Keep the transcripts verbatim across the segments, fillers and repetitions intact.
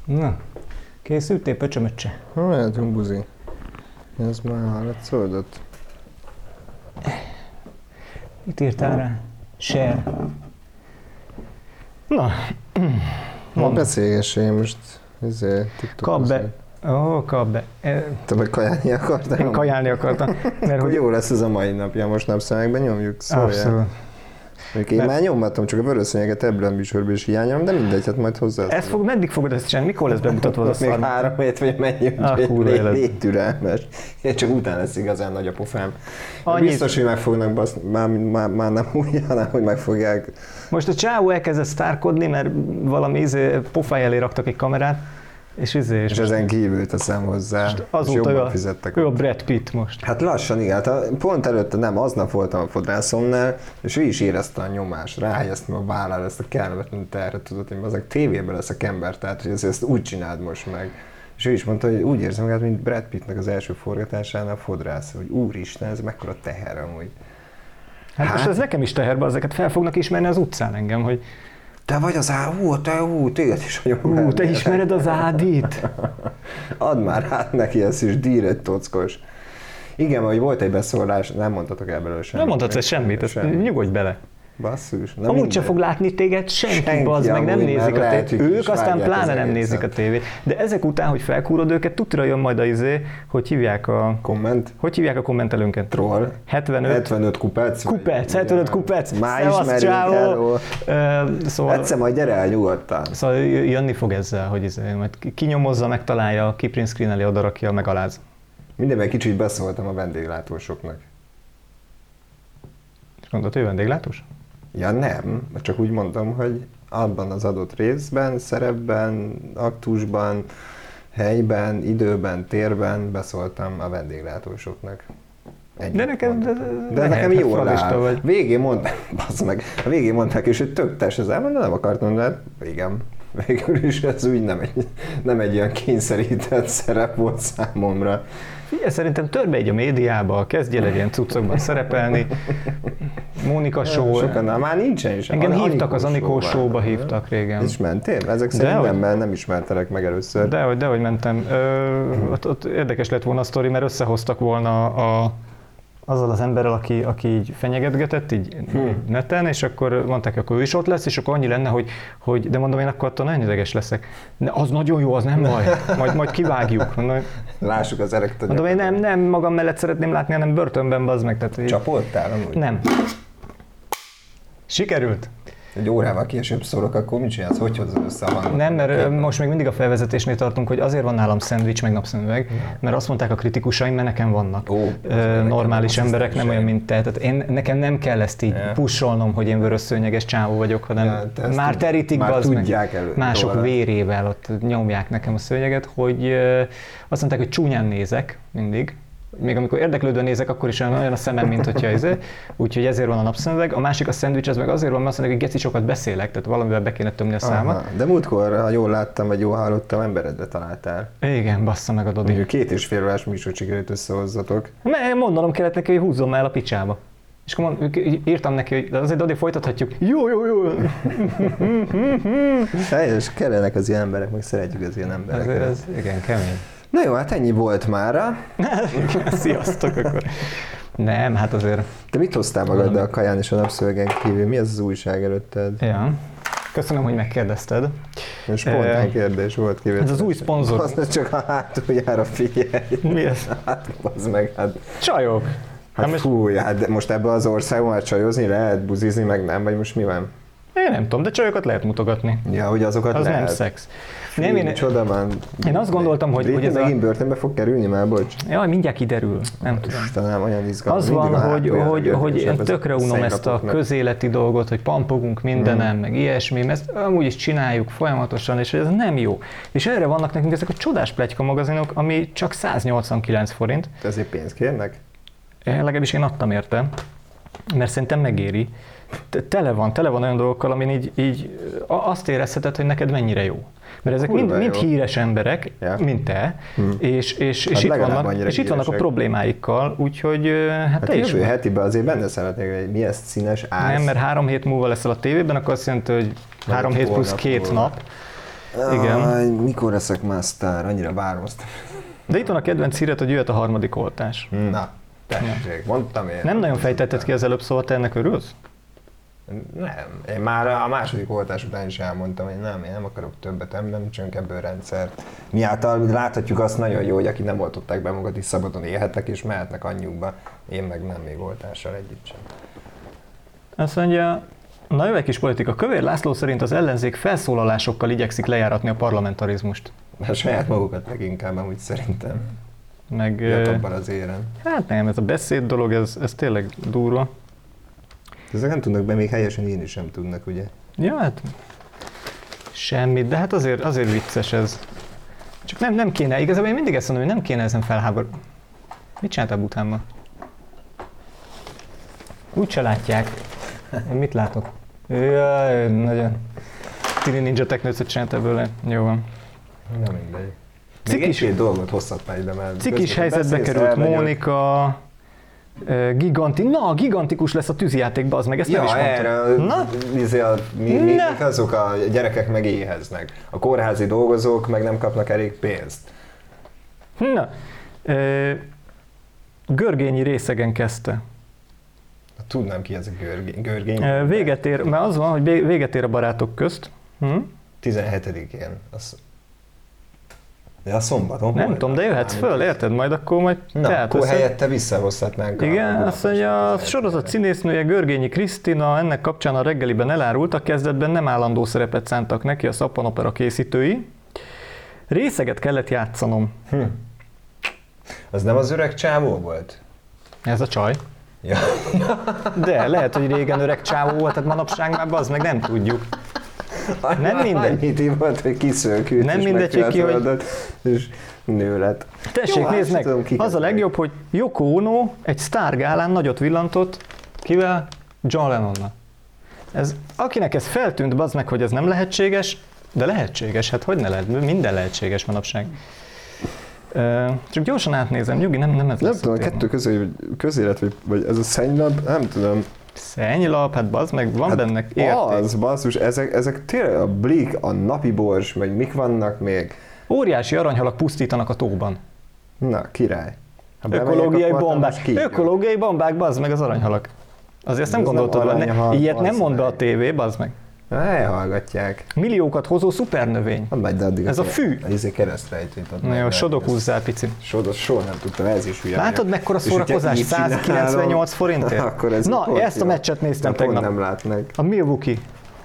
Na, készültél, pöcsömöccse? Ha, mehetünk, buzi. Ez már hallatszódott. Mit írtál rá? Share. Na, Ma beszélgessél most, ezért TikTokon. kap be. Ó, oh, kap be. Te meg kajálni akartál? Én kajálni akartam. Mert hogy jó lesz ez a mai napja, most napszemekben nyomjuk, szóljál. Abszolút. Én mert... már nyomatom, csak a vörösszönyeget ebből a műsorban is hiányolom, de mindegy, hát majd hozzá. Ez fog, meddig fogod ezt csinálni? Mikor lesz bemutatva az a szar? Még három hét vagy mennyi, úgyhogy légy türelmes. Én csak utána lesz igazán nagy a pofám. Biztos, hogy meg fognak baszni, már, már, már nem úgy, hanem hogy meg fogják. Most a csávó elkezdett sztárkodni, mert valami izé, pofáj elé raktak egy kamerát, és izé... És, és ezen kívül teszem hozzá, és jobban fizettek. Ő a Brad Pitt most. Hát lassan, igen, hát pont előtte nem, aznap voltam a fodrászomnál, és ő is érezte a nyomást, ráhelyeztem a vállára ezt a kellemetlen terhet, tudod, hogy azok tévében leszek ember, tehát hogy ezt úgy csináld most meg. És ő is mondta, hogy úgy érzem magát, mint Brad Pittnek az első forgatásánál fodrász, hogy úristen, ez mekkora teher amúgy. Hát, hát most ez nekem is teherbe, ezeket fel fognak ismerni az utcán engem, hogy te vagy az Ádi, ú, te, ú, téged is vagyok. Ú, te ismered az Ádit? Add már hát neki ezt is, díret tockos. Igen, hogy volt egy beszólás, nem mondhatok el belőle semmit. Nem mondhatsz el semmit, ezt nyugodj bele. Basszus. Amúgy sem fog látni téged senki, senki bazd meg, nem nézik a tévét. Ők aztán pláne nem nézik a tévét. De ezek után, hogy felkúrod őket, tudtra jön majd a izé, hogy hívják a... Komment? Hogy hívják a kommentelőnket? Troll. hetvenöt. hetvenöt kupec. Kupec, hetvenöt kupec. Már ismerjük el. Szóval... Egyszer majd gyere el nyugodtan. Szóval jönni fog ezzel, hogy izé, majd kinyomozza, megtalálja, kiprint screeneli, odarakja, megaláz. Mindenben kicsit beszóltam a vendéglátósoknak. És mondod, hogy vendéglátós? Ja nem, csak úgy mondtam, hogy abban az adott részben, szerepben, aktusban, helyben, időben, térben beszóltam a vendéglátósoknak. Ennyi de nekem, de, de nekem jól áll. Vagy. Végén mondták, bassz meg, a végén mondták is, hogy tök test az elmondani, nem akartam, de hát igen. Végül is ez úgy nem egy, nem egy olyan kényszerített szerep volt számomra. Figyelj, szerintem törd be így a médiába, kezdjél egy ilyen cuccokban szerepelni. Mónika show. Sokan, na, már nincsen is. Engem hívtak, az Anikó show-ba hívtak régen. És mentél? Ezek szerint nem, mert nem ismertelek meg először. Dehogy, dehogy mentem. Ö, ott, ott érdekes lett volna a sztori, mert összehoztak volna a azzal az emberrel, aki, aki így fenyegetgetett, így hmm. neten, és akkor mondták, hogy akkor ő is ott lesz, és akkor annyi lenne, hogy, hogy de mondom, én akkor attól nagyon ideges leszek. Ne, az nagyon jó, az nem baj, majd, majd kivágjuk. Mondom, lássuk az elektronikus. Mondom, én nem, nem magam mellett szeretném látni, hanem börtönben, bazd meg. Tehát, csapoltál amúgy? Nem. Sikerült. Egy órával később szólok, akkor mit csinálsz? Hogy hozod össze a hangot? Nem, mert képen? Most még mindig a felvezetésnél tartunk, hogy azért van nálam szendvics, meg napszemüveg, mert azt mondták a kritikusaim, mert nekem vannak. Ó, normális nekem emberek, nem olyan, mint te. Tehát én, nekem nem kell ezt így yeah. pusolnom, hogy én vörösszőnyeges csávó vagyok, hanem ja, te már terítik, már bazd meg. Elő, Mások róla. Vérével ott nyomják nekem a szőnyeget, hogy azt mondták, hogy csúnyán nézek mindig. Még amikor érdeklődve nézek, akkor is olyan a szemem, mint hogyha ez. Úgyhogy ezért van a napszemüveg. A másik a szendvics, az meg azért van, mert azt mondják, hogy geci sokat beszélek, tehát valamivel be kéne tömni a számat. Aha, de múltkor, ha jól láttam, vagy jól hallottam, emberedre találtál. Igen, bassza meg a Dodi. Mondjuk két és fél órás műsor sikerült összehozzatok. Mert mondanom kellett neki, hogy húzzon el a picsába. És akkor mond, írtam neki, hogy azért Dodi, folytathatjuk. Jó, jó, jó. És kellenek az ilyen emberek, meg szeretjük az ilyen embereket. Ez, ez igen, kemény. Na jó, hát ennyi volt mára. Sziasztok akkor. Nem, hát azért... Te mit hoztál magaddal a kaján és a napszövegen kívül? Mi az az újság előtted? Ja. Köszönöm, hogy megkérdezted. Spontán uh, kérdés volt kivétel. Ez az új szponzor. Azt csak a hátuljára figyelj. Mi ez? Hát az meg, hát... Csajok. Hát hát fúj, hát most ebben az országban már csajozni lehet, buzizni meg nem, vagy most mi van? Én nem tudom, de csajokat lehet mutogatni. Ja, hogy azokat az lehet. Az nem szex. Fú, nem, én, csoda, man. Én azt gondoltam, hogy, hogy ez megint a... börtönbe fog kerülni már, bocs. Jaj, mindjárt kiderül, nem tudom. Istenem, olyan izgalmas. Az van, hogy, hogy, hogy én tökre unom ezt a meg. közéleti dolgot, hogy pampogunk mindenem, hmm. meg ilyesmi, ezt amúgy is csináljuk folyamatosan, és ez nem jó. És erre vannak nekünk ezek a csodás pletyka magazinok, ami csak száznyolcvankilenc forint. Te ezért pénzt kérnek? Legalábbis én adtam érte, mert szerintem megéri. Tele van, tele van olyan dolgokkal, amin így, így azt érezheted, hogy neked mennyire jó. Mert ezek mind, mind híres emberek, ja. mint te, hmm. és, és, és, hát itt vannak, és itt vannak a problémáikkal, úgyhogy hát, hát te is. Jövő hetiben azért benne szeretnék, hogy mi ez színes ász. Nem, mert három hét múlva leszel a tévében, akkor azt jelenti, hogy három hét plusz két múlva. nap. Igen. Aj, mikor leszek már sztár? Annyira várom azt. De itt van a kedvenc híred, hogy jöhet a harmadik oltás. Na, tessék, mondtam én. Nem nagyon fejtetted ki az előbb, szóval te ennek örülsz? Nem. Én már a második oltás után is elmondtam, hogy nem, én nem akarok többet, nem, nem csak ebből rendszert. Miáltal láthatjuk azt nagyon jó, hogy akik nem oltották be magukat is szabadon élhetnek és mehetnek anyjukba. Én meg nem, még oltással együtt sem. Azt mondja, na jó egy kis politika. Kövér László szerint az ellenzék felszólalásokkal igyekszik lejáratni a parlamentarizmust. Mert saját magukat leginkább amúgy szerintem. Meg, Abban az éren. hát nem, ez a beszéd dolog, ez, ez tényleg durva. Ezek nem tudnak be, még helyesen én is sem tudnak, ugye? Ja, hát semmit, de hát azért, azért vicces ez. Csak nem, nem kéne, igazából én mindig ezt mondom, hogy nem kéne ezen felháborodni. Mit csináltál Butánban? Úgy se látják. Én mit látok? Jaj, nagyon. Tini Ninja Technőcöt csináltál belőle. Jó van. Nem mindegy. Cikis- Még egy-két dolgot hozhatná ide, mert... Cikis helyzetbe került Mónika, giganti, na, gigantikus lesz a tűzijátékba, az meg ezt Ja, nem is mondtad. erre, Na? Izé a, mi, mi, Na. mik azok a gyerekek meg éheznek. A kórházi dolgozók meg nem kapnak elég pénzt. Na, ö, Görgényi részegen kezdte. Tudnám ki ez a görgény. görgény. Ö, Véget ér, mert az van, hogy vé- véget ér a barátok közt. Hm? tizenhetedikén. Az... De a szombaton. Nem hol? tudom, de jöhetsz Nem, föl, érted? Majd akkor majd Na, te akkor átveszed. helyette visszahozhatnánk. Igen, a azt mondja, a sorozat színésznője Görgényi Krisztina ennek kapcsán a reggeliben elárult, a kezdetben nem állandó szerepet szántak neki a szappanopera készítői. Részeget kellett játszanom. Hm. Az nem az öreg csávó volt? Ez a csaj. Ja. De lehet, hogy régen öreg csávó volt, tehát manapság már az meg nem tudjuk. Nem mindegy. Annyit ivott, hogy kiszölkült, Nem és mindegy, hogy ki, hogy- megfiatalodat, és nő lett. Tessék, Jó, hát nézd meg! tudom, kiket Az a legjobb, hogy Yoko Ono egy sztárgálán nagyot villantott, kivel? John Lennonnal. Ez, akinek ez feltűnt, bazd meg, hogy ez nem lehetséges, de lehetséges, hát hogy ne lehet, minden lehetséges manapság. Ö, Csak gyorsan átnézem, nyugi, nem, nem ez Nem lesz tudom, a téma. kettő közé, közélet, vagy, vagy ez a szennylap, nem tudom. Szennylap, hát bazd meg, van Hát benne érték. az, basszus, ezek, ezek tényleg a Blik, a Napi Bors, meg mik vannak még? Óriási aranyhalak pusztítanak a tóban. Na, király. Ha bemegyek, Ökológiai akkor bombák. most kígyó. Ökológiai bombák, bazd meg az aranyhalak. Azért ezt nem Ez nem gondoltad, ne, aranyhal, ilyet nem bazd mond be a meg. tévé, bazd meg. Elhallgatják. Milliókat hozó szupernövény. Nem megy, de addig Ez a fű. A izé keresztrejtőt ott Na meg jó, lehet. sodok húzzál, pici. Sodot soha nem tudtam, ez is hülye. Látod, vagyok. mekkora És hogyha szórakozás? így csinálom, százkilencvennyolc forintért? Akkor ez Na, pont ezt a jó. meccset néztem De pont tegnap. nem látnak. A Milwaukee.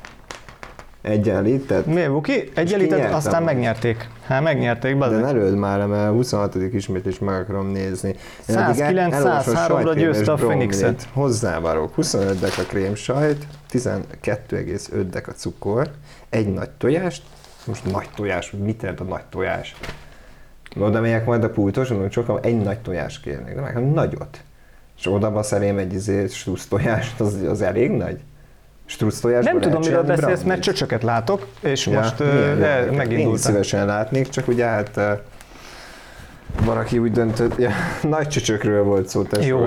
Egyenlített? Milwaukee egyenlített, nyerte aztán amúgy? megnyerték. Hát megnyerték, bazd De meg. ne lőd már, mert a huszonhatodik ismét is meg akarom nézni. Én addig százkilenc el- elolvasom a százháromra sajtkémes győzte a bromlit. Phoenixet. Hozzávarok, huszonöt dek a krémsajt, tizenkettő egész öt dek a cukor, egy nagy tojást, most nagy tojás, mit jelent a nagy tojás? Oda megyek majd a pultos, mondom, sokan egy nagy tojást kérnék, de meg nagyot. És oda baszerém egy izé strusz tojást, az, az elég nagy? Strusz tojásból Nem tudom, lehet miről csinálni beszélsz, mert brownies? csöcsöket látok, és Ja, most milyen uh, jó. el, Én megindultam. szívesen látnék, csak ugye hát uh, van, aki úgy döntött, ja, nagy csöcsökről volt szó, tesó. Jó, uh,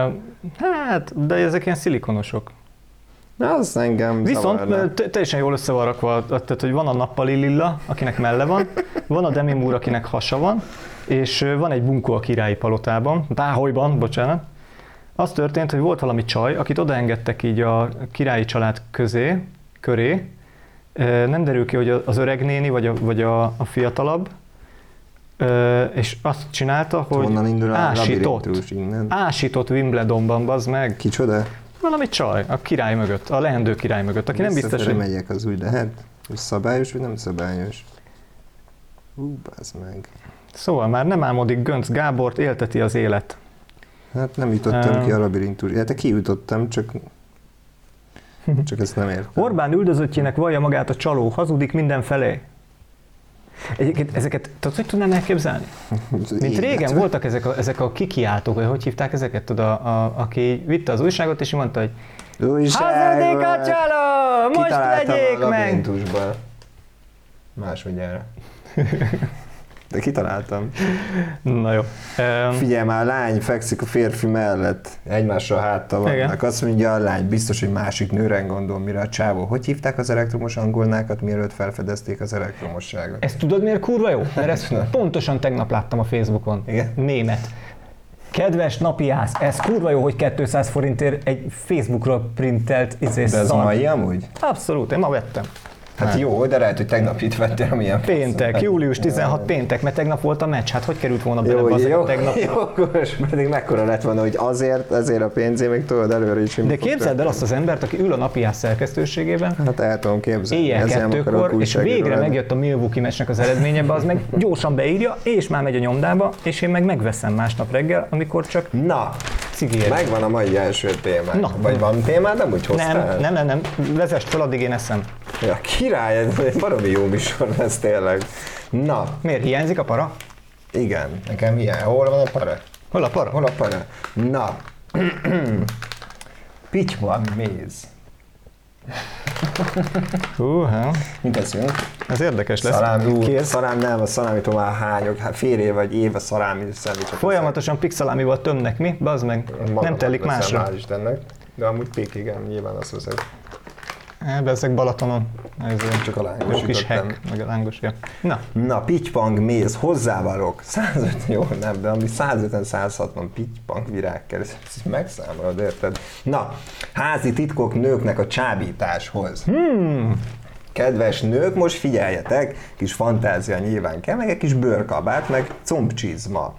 hát, de ezek ilyen szilikonosok. Az engem Viszont zavarna. te- teljesen jól össze van rakva, tehát hogy van a nappali lilla, akinek melle van, van a Demi Moore, akinek hasa van, és ö, van egy bunkó a királyi palotában, Báholyban, bocsánat. Az történt, hogy volt valami csaj, akit odaengedtek így a királyi család közé, köré. Ö, Nem derül ki, hogy az öreg néni, vagy a, vagy a, a fiatalabb. Ö, És azt csinálta, hogy Honnan indul a ásított. labirintus innen? Ásított Wimbledonban, bazd meg. Kicsoda? Valami csaj, a király mögött, a leendő király mögött, aki nem biztos, Visszafelé hogy... megyek, az úgy lehet? Hogy szabályos, vagy nem szabályos? Hú, bazd meg. Szóval már nem álmodik Gönc Gábort, élteti az élet. Hát nem jutottam Um. ki a labirintus. Hát kijutottam, csak... Csak ezt nem értem. Orbán üldözöttjének vallja magát a csaló, hazudik mindenfelé. Egyébként ezeket, tudod, hogy tudnám elképzelni? Mint régen voltak ezek a, ezek a kikiáltók, vagy hogy hívták ezeket, tudod, a, a, aki vitte az újságot, és mondta, hogy hazudik a csaló, most Kitaláltam vegyék a meg! labirintusból. Másodjára. De kitaláltam. Na jó. Um, Figyelj már, a lány fekszik a férfi mellett, egymással háttal vannak. Azt mondja a lány, biztos, hogy másik nőre gondol, mire a csávó. Hogy hívták az elektromos angolnákat, mielőtt felfedezték az elektromosságot? ezt tudod miért kurva jó? Mert ezt pontosan tegnap láttam a Facebookon. Igen? Német. Kedves napiász, ez kurva jó, hogy kétszáz forintért egy Facebookról printelt izé De ez szar. mai amúgy? Abszolút, én ma vettem. Hát Nem. jó, de lehet, hogy tegnap itt vettél, amilyen Péntek, július tizenhatodika péntek, mert tegnap volt a meccs. Hát hogy került volna bele Jó, bazeg jó, tegnap? jó, és pedig mekkora lett volna, hogy azért, ezért a pénzé még tudod előre is. De képzeld el azt az embert, aki ül a napiász szerkesztőségében, Hát el tudom képzelni. éjjel ezzel nem akarok kettőkor, és újságíró végre lenni. megjött a Milwaukee meccsnek az eredménye, az meg gyorsan beírja, és már megy a nyomdába, és én meg megveszem másnap reggel, amikor csak Na, cigiért. megvan a mai első témánk. Na. Vagy van témád, amúgy hoztál? Nem, nem, nem, nem, vezest fel, addig én eszem. Ja, király, ez egy baromi jó műsor lesz tényleg. Na, Miért, hiányzik a para? igen, nekem ilyen. Hol van a para? Hol a para? Hol a para? Na, Pityvan méz. Húha, Mit teszünk? ez érdekes lesz. Szalámi, ú, Kész. szalám nem, a szalámitól már hányok, hát fél év vagy éve szalámi szendvicset. Folyamatosan pixelámival tömnek mi, bazd meg, nem telik másra. Hál' Istennek. De amúgy pékigem, nyilván azt veszek. Ezek Balatonon. Ez Csak a lángos jó kis ütöttem. hack, meg a lángos, ja. Na, Na, pitypang méz, hozzávalók. százötven, jó, nem, de ami százötven száz hatvan pitypang virág kell, ezt megszámolod, érted? Na, házi titkok nőknek a csábításhoz. hmm. Kedves nők, most figyeljetek, kis fantázia nyilván kell, meg egy kis bőrkabát, meg combcsizma.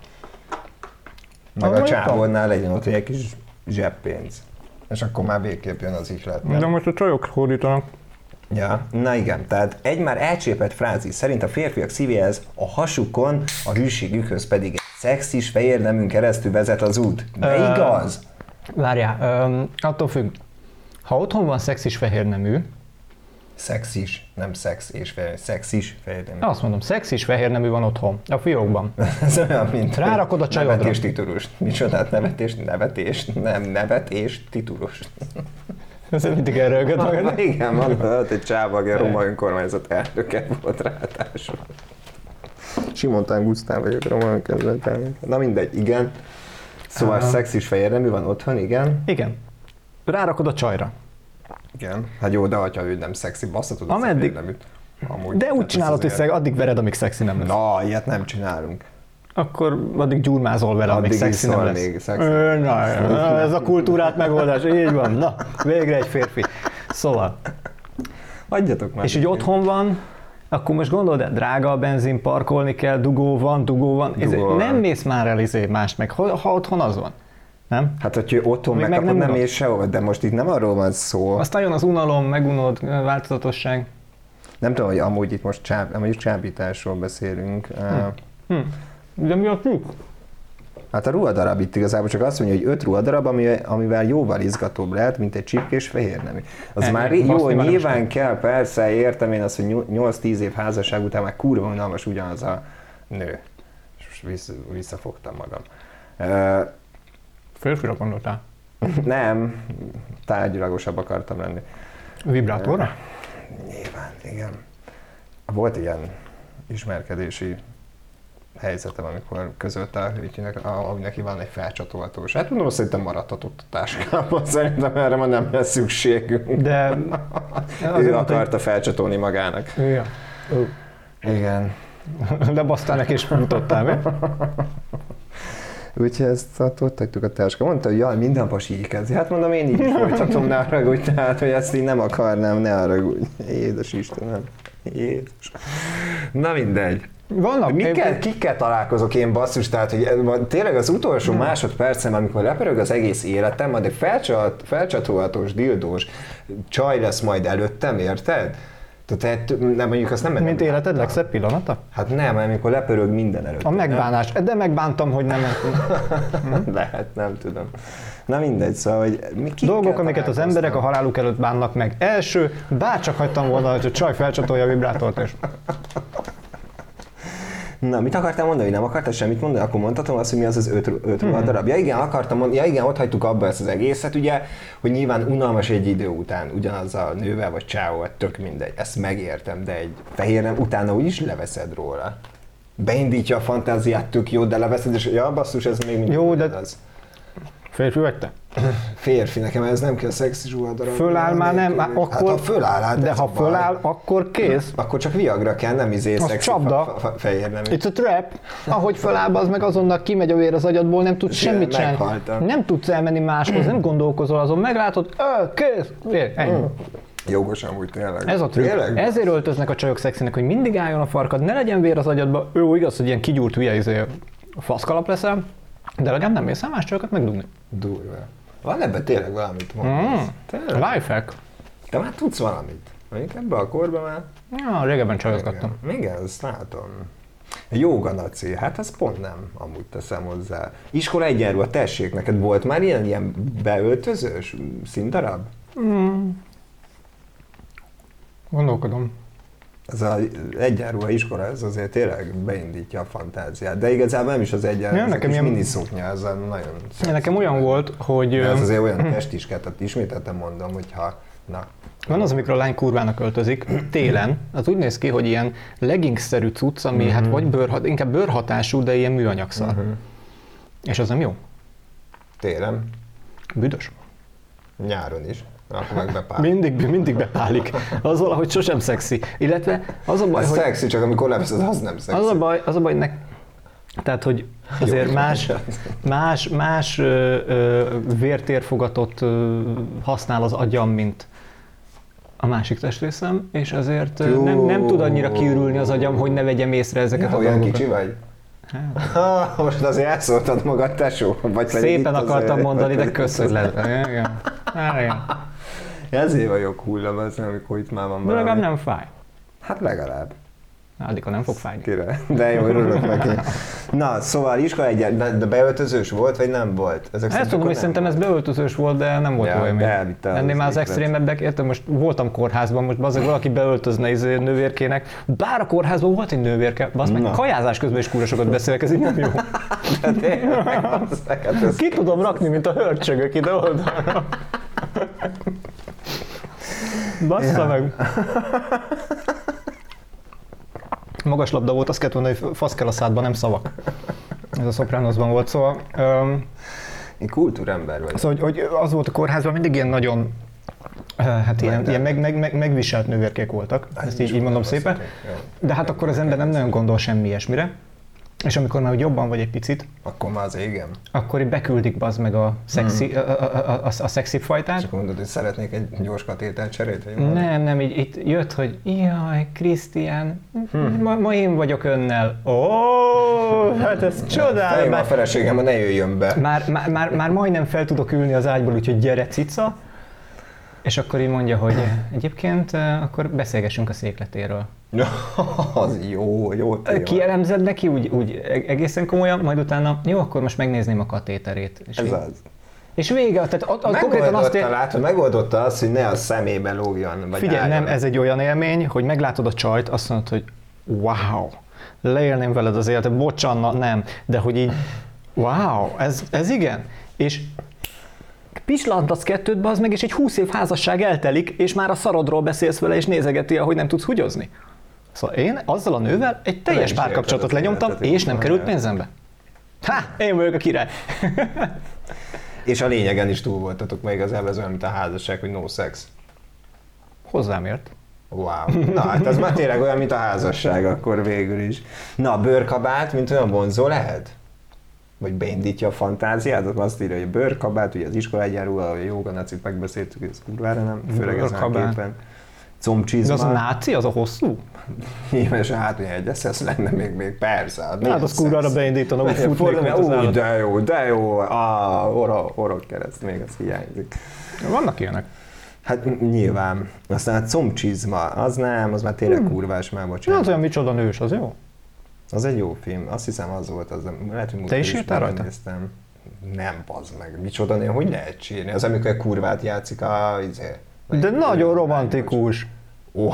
Meg Ah, a csávónál legyen ott egy kis zseppénz. És akkor már végképp jön az ihlet. nem? De most a csajok hódítanak. Ja, na igen, tehát egy már elcsépelt frázis szerint a férfiak szívéhez, a hasukon, a hűségükhöz pedig egy szexis fehér neműn keresztül vezet az út. De Ö, igaz? Várjál, öm, attól függ. Ha otthon van szexis fehér nemű, Szexis, nem szex és fehér, szexis fehér nemű. azt mondom, szexis fehér nemű van otthon, a fiókban. Ez olyan, mint Rárakod a csajodra. nevetés titurus. Micsodát nevetés, nevetés, nem nevetés titurus. Ez mindig elrögöd magad. Igen, van ott egy csáva, aki a roma önkormányzat elnöke volt ráadásul. Simontán Gusztán vagyok, roma önkormányzat elnöke. Na mindegy, igen. Szóval Aha. szexis fehér nemű van otthon, igen. Igen. Rárakod a csajra. Igen. Hát jó, de ha ő nem szexi, basszatod azt a Ameddig- fehér neműt. Amúgy. De úgy Hát csinálod, ez hogy azért- szeg, addig vered, amíg szexi nem lesz. Na, ilyet nem csinálunk. Akkor addig gyúrmázol vele, amíg Addig szexi nem iszol lesz. még szexi. Ö, na, na, ez a kultúrát megoldás, így van. Na, végre egy férfi. Szóval, Adjatok már. és így otthon van, akkor most gondolod, de drága a benzin, parkolni kell, dugó van, dugó van. Ez, Dugó van. nem mész már el izé mást meg, ha, ha otthon az van. Nem? Hát, hogy otthon Még meg megkapod, nem nem unod. ér sehova, de most itt nem arról van szó. Aztán jön az unalom, megunod, változatosság. Nem tudom, hogy amúgy itt most csáb, amúgy csábításról beszélünk. Hm. Hm. De mi a trükk? Hát a ruhadarab itt igazából csak azt mondja, hogy öt ruhadarab, ami, amivel jóval izgatóbb lehet, mint egy csipkés fehér nemű. Az Ennyi. már ré- jó, Baszni már nem nyilván is kell, persze, értem én azt, hogy nyolc-tíz év házasság után már kurva unalmas ugyanaz a nő. És most vissza, visszafogtam magam. Ö, Férfira gondoltál? nem, tárgyalagosabb akartam lenni. Vibrátorra? Nyilván, igen. Volt ilyen ismerkedési helyzetem, amikor közölte a hölgynek, ahogy neki van egy felcsatolhatós. Hát mondom, szerintem maradhatott a táskában, szerintem erre már nem lesz szükségünk. De... Ő akarta felcsatolni magának. Ja. Igen. De basztál neki és mutottál, mi? Úgyhogy ezt ott, ott hagytuk a táska. Mondta, hogy jaj, minden pasi így kezdi. Hát mondom, én így is folytatom, ne haragudj, tehát, hogy ezt így nem akarnám, ne haragudj. Jézus Istenem. Jézus. Na mindegy. Vannak. Mikkel, kikkel találkozok én basszus, tehát hogy tényleg az utolsó hmm. másodpercem, amikor lepörög az egész életem, majd egy felcsat, felcsatolhatós, dildós csaj lesz majd előttem, érted? Tehát nem, mondjuk azt nem... Mint nem életed láttam. legszebb pillanata? Hát nem, amikor lepörög minden előttem. A megbánás. De megbántam, hogy nem. Lehet, nem tudom. Na mindegy, szóval, hogy mi kikkel Dolgok, amiket az találkoztam? emberek a haláluk előtt bánnak meg. Első, bárcsak hagytam volna, hogy a csaj felcsatolja a vibrátort, és... Na, mit akartál mondani, hogy nem akartál semmit mondani? Akkor mondhatom azt, hogy mi az az öt, öt hmm. darab. Ja igen, akartam mondani, ja igen, ott hagytuk abba ezt az egészet, ugye, hogy nyilván unalmas egy idő után, ugyanaz a nővel vagy csávóval, tök mindegy, ezt megértem, de egy fehér nem, utána úgyis leveszed róla. beindítja a fantáziát, tök jó, de leveszed, és ja, basszus, ez még mindig Jó, de az. Férfi vagy te? Férfi, nekem ez nem kell szexi zsuhadarab. Föláll már nem, már akkor... Hát ha föláll, hát de ez ha a baj. föláll, akkor kész. Akkor csak viagra kell, nem izé Az szexi csapda. fa- fa- fehér nem. It's a trap. Ahogy föláll, az meg azonnal kimegy a vér az agyadból, nem tudsz Ilyen semmit csinálni. meghaltam. Nem tudsz elmenni máshoz, nem gondolkozol azon, meglátod, ö, kész, vér, ennyi. Jogos amúgy tényleg. Ez a trükk. Tényleg? Ezért öltöznek a csajok szexinek, hogy mindig álljon a farkad, ne legyen vér az agyadba. Jó, igaz, hogy ilyen kigyúrt hülye izé, faszkalap leszel, de legalább nem mész el más csajokat megdugni. Durva. Van ebben tényleg valamit mondasz. Mm. Tényleg? Lifehack. Te már tudsz valamit. Mondjuk ebben a korban már... Ja, régebben csajozgattam. Igen, igen, azt látom. Jóga, Naci, hát ez pont nem, amúgy teszem hozzá. Iskola egyenruha, tessék, neked volt már ilyen, ilyen beöltözős színdarab? Mm. Gondolkodom. Ez az egyenruha iskola, ez azért tényleg beindítja a fantáziát. De igazából nem is az egyenruha, Ja, ez a nekem kis ilyen- miniszoknya, ez a nagyon szexi. Nekem olyan volt, hogy De ez azért olyan testisket, tehát ismételten mondom, hogyha na. van az, amikor a lány kurvának öltözik, télen, az úgy néz ki, hogy ilyen leggings-szerű cucc, ami hát vagy bőr, inkább bőrhatású, de ilyen műanyagszar. Uh-huh. És az nem jó. Télen, Büdös. nyáron is, akkor meg bepál. Mindig, mindig bepálik. Az valahogy sosem szexi. Illetve az a baj, Ez hogy... szexi, csak amikor leveszed, az nem szexi. Az a baj, az a baj, nek... Tehát, hogy azért Jó, más, más, más ö, ö, vértérfogatot ö, használ az agyam, mint a másik testrészem, és ezért ö, nem, nem tud annyira kiürülni az agyam, hogy ne vegyem észre ezeket Ja, a olyan dolgokat. kicsi vagy? Hát, Ha, most azért elszóltad magad, tesó. Vagy pedig szépen itt akartam azért- mondani, de köszönöm. Igen. Hát, igen. Ezért vagyok hullám, az nem, amikor itt már van De legalább valami. nem fáj. Hát legalább. Addig, ha nem fog fájni. Kire. De jó, örülök neki. Na, szóval iskola egy, de, de beöltözős volt, vagy nem volt? Ezek Ezt tudom, hogy szerintem ez beöltözős volt, de nem volt Ja, jó élmény. de elvitte az Ennél már az iklet. extrémebbek, értem, most voltam kórházban, most bazdmeg valaki beöltözne izé nővérkének, bár a kórházban volt egy nővérke, bazd meg Na. kajázás közben is kurva sokat beszélek, ez így nem jó. De tényleg, az neked ez- Ki tudom rakni, mint a hörcsögök ide oldalra. Bassza Ja. meg. Magas labda volt, azt kellett mondani, hogy fasz kell a szádban, nem szavak. Ez a Sopranosban volt, szóval... Um, Én kultúrember vagyok. Szóval, hogy, hogy az volt a kórházban, mindig ilyen nagyon, eh, hát ilyen, ilyen meg, meg, meg, megviselt nővérkék voltak, ezt így, így mondom szépen. De hát akkor az ember nem nagyon gondol semmi ilyesmire. És amikor már úgy jobban vagy egy picit, Akkor már az égem. akkor így beküldik bazd meg a szexi, Hmm. a, a, a, a, a szexi fajtát. Csak mondod, hogy szeretnék egy gyors katéter cserét, vagy valami? Nem, nem, így itt jött, hogy jaj, Krisztián, Hmm. ma, ma én vagyok önnel. Ó, hát ez csodál. Fejém a Már, feleségem, ne jöjjön be. már, már, már, már majdnem fel tudok ülni az ágyból, úgyhogy gyere cica. És akkor így mondja, hogy egyébként eh, akkor beszélgessünk a székletéről. Az jó, jó téma. Kielemzed neki úgy, úgy egészen komolyan, majd utána, jó, akkor most megnézném a katéterét. És, Ez így- az. és vége, tehát ott, ott konkrétan azt Megoldotta, ér... látod, megoldotta azt, hogy ne a szemébe lógjon, vagy Figyelj, álljon. nem, ez egy olyan élmény, hogy meglátod a csajt, azt mondod, hogy wow, leélném veled az életet, bocsanna, nem, de hogy így, wow, ez, ez igen. És pislantasz kettőt, bazd meg, és egy húsz év házasság eltelik, és már a szarodról beszélsz vele, és nézegeti, ahogy nem tudsz hugyozni. Szóval én azzal a nővel egy teljes is párkapcsolatot érted az lenyomtam, életet, és nem így került van, pénzembe. Ha, én vagyok a király. És a lényegen is túl voltatok még az ez olyan, mint a házasság, hogy no sex. Hozzám ért. Wow. Na hát ez már tényleg olyan, mint a házasság akkor végül is. Na, a bőrkabát, mint olyan vonzó lehet? Vagy beindítja a fantáziádat? Azt írja, hogy bőrkabát, ugye az iskola egyenruha, a jóga nacit megbeszéltük, hogy ez kurvára nem, főleg ezen a Bőrkabát. képen. De Combcsizma. az a náci, az a hosszú? Nyilván, hát ugye egy eszesz lenne még, még persze. Hát az kurvára beindítana, úgy futnék, Fordulni, mint az Úgy, állat. de jó, de jó, a orok, orok kereszt, még az hiányzik. Vannak ilyenek. Hát nyilván. Aztán a combcsizma, az nem, az már tényleg kurvás, már Hát bocsánat. olyan micsoda nős, az jó? Az egy jó film, azt hiszem az volt, az, lehet, hogy Te is múltkor írtál rajta? megnéztem. Nem, bazd meg, micsoda nő, hogy lehet sírni? Az, amikor egy kurvát játszik a... Izé, De nagyon romantikus. Ó,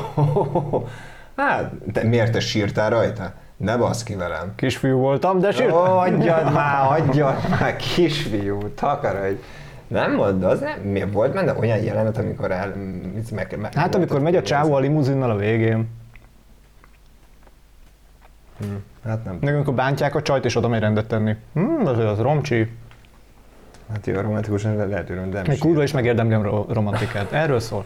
hát, de miért te sírtál rajta? Ne basz ki velem. Kisfiú voltam, de Ó, sírtam. adjad már, adjad már, kisfiú, takarodj. Nem mondd, az nem, mi volt benne olyan jelenet, amikor el... Meg, meg, Hát amikor megy a csávó a limuzinnal a végén. Hm. Hát nem. Nekünk a bántják a csajt, és oda megy rendet tenni. Hm, az, az romcsi. Hát jó, romantikusan le- lehet örülni, de nem Még sír. kurva is megérdemli a ro- romantikát. Erről szól.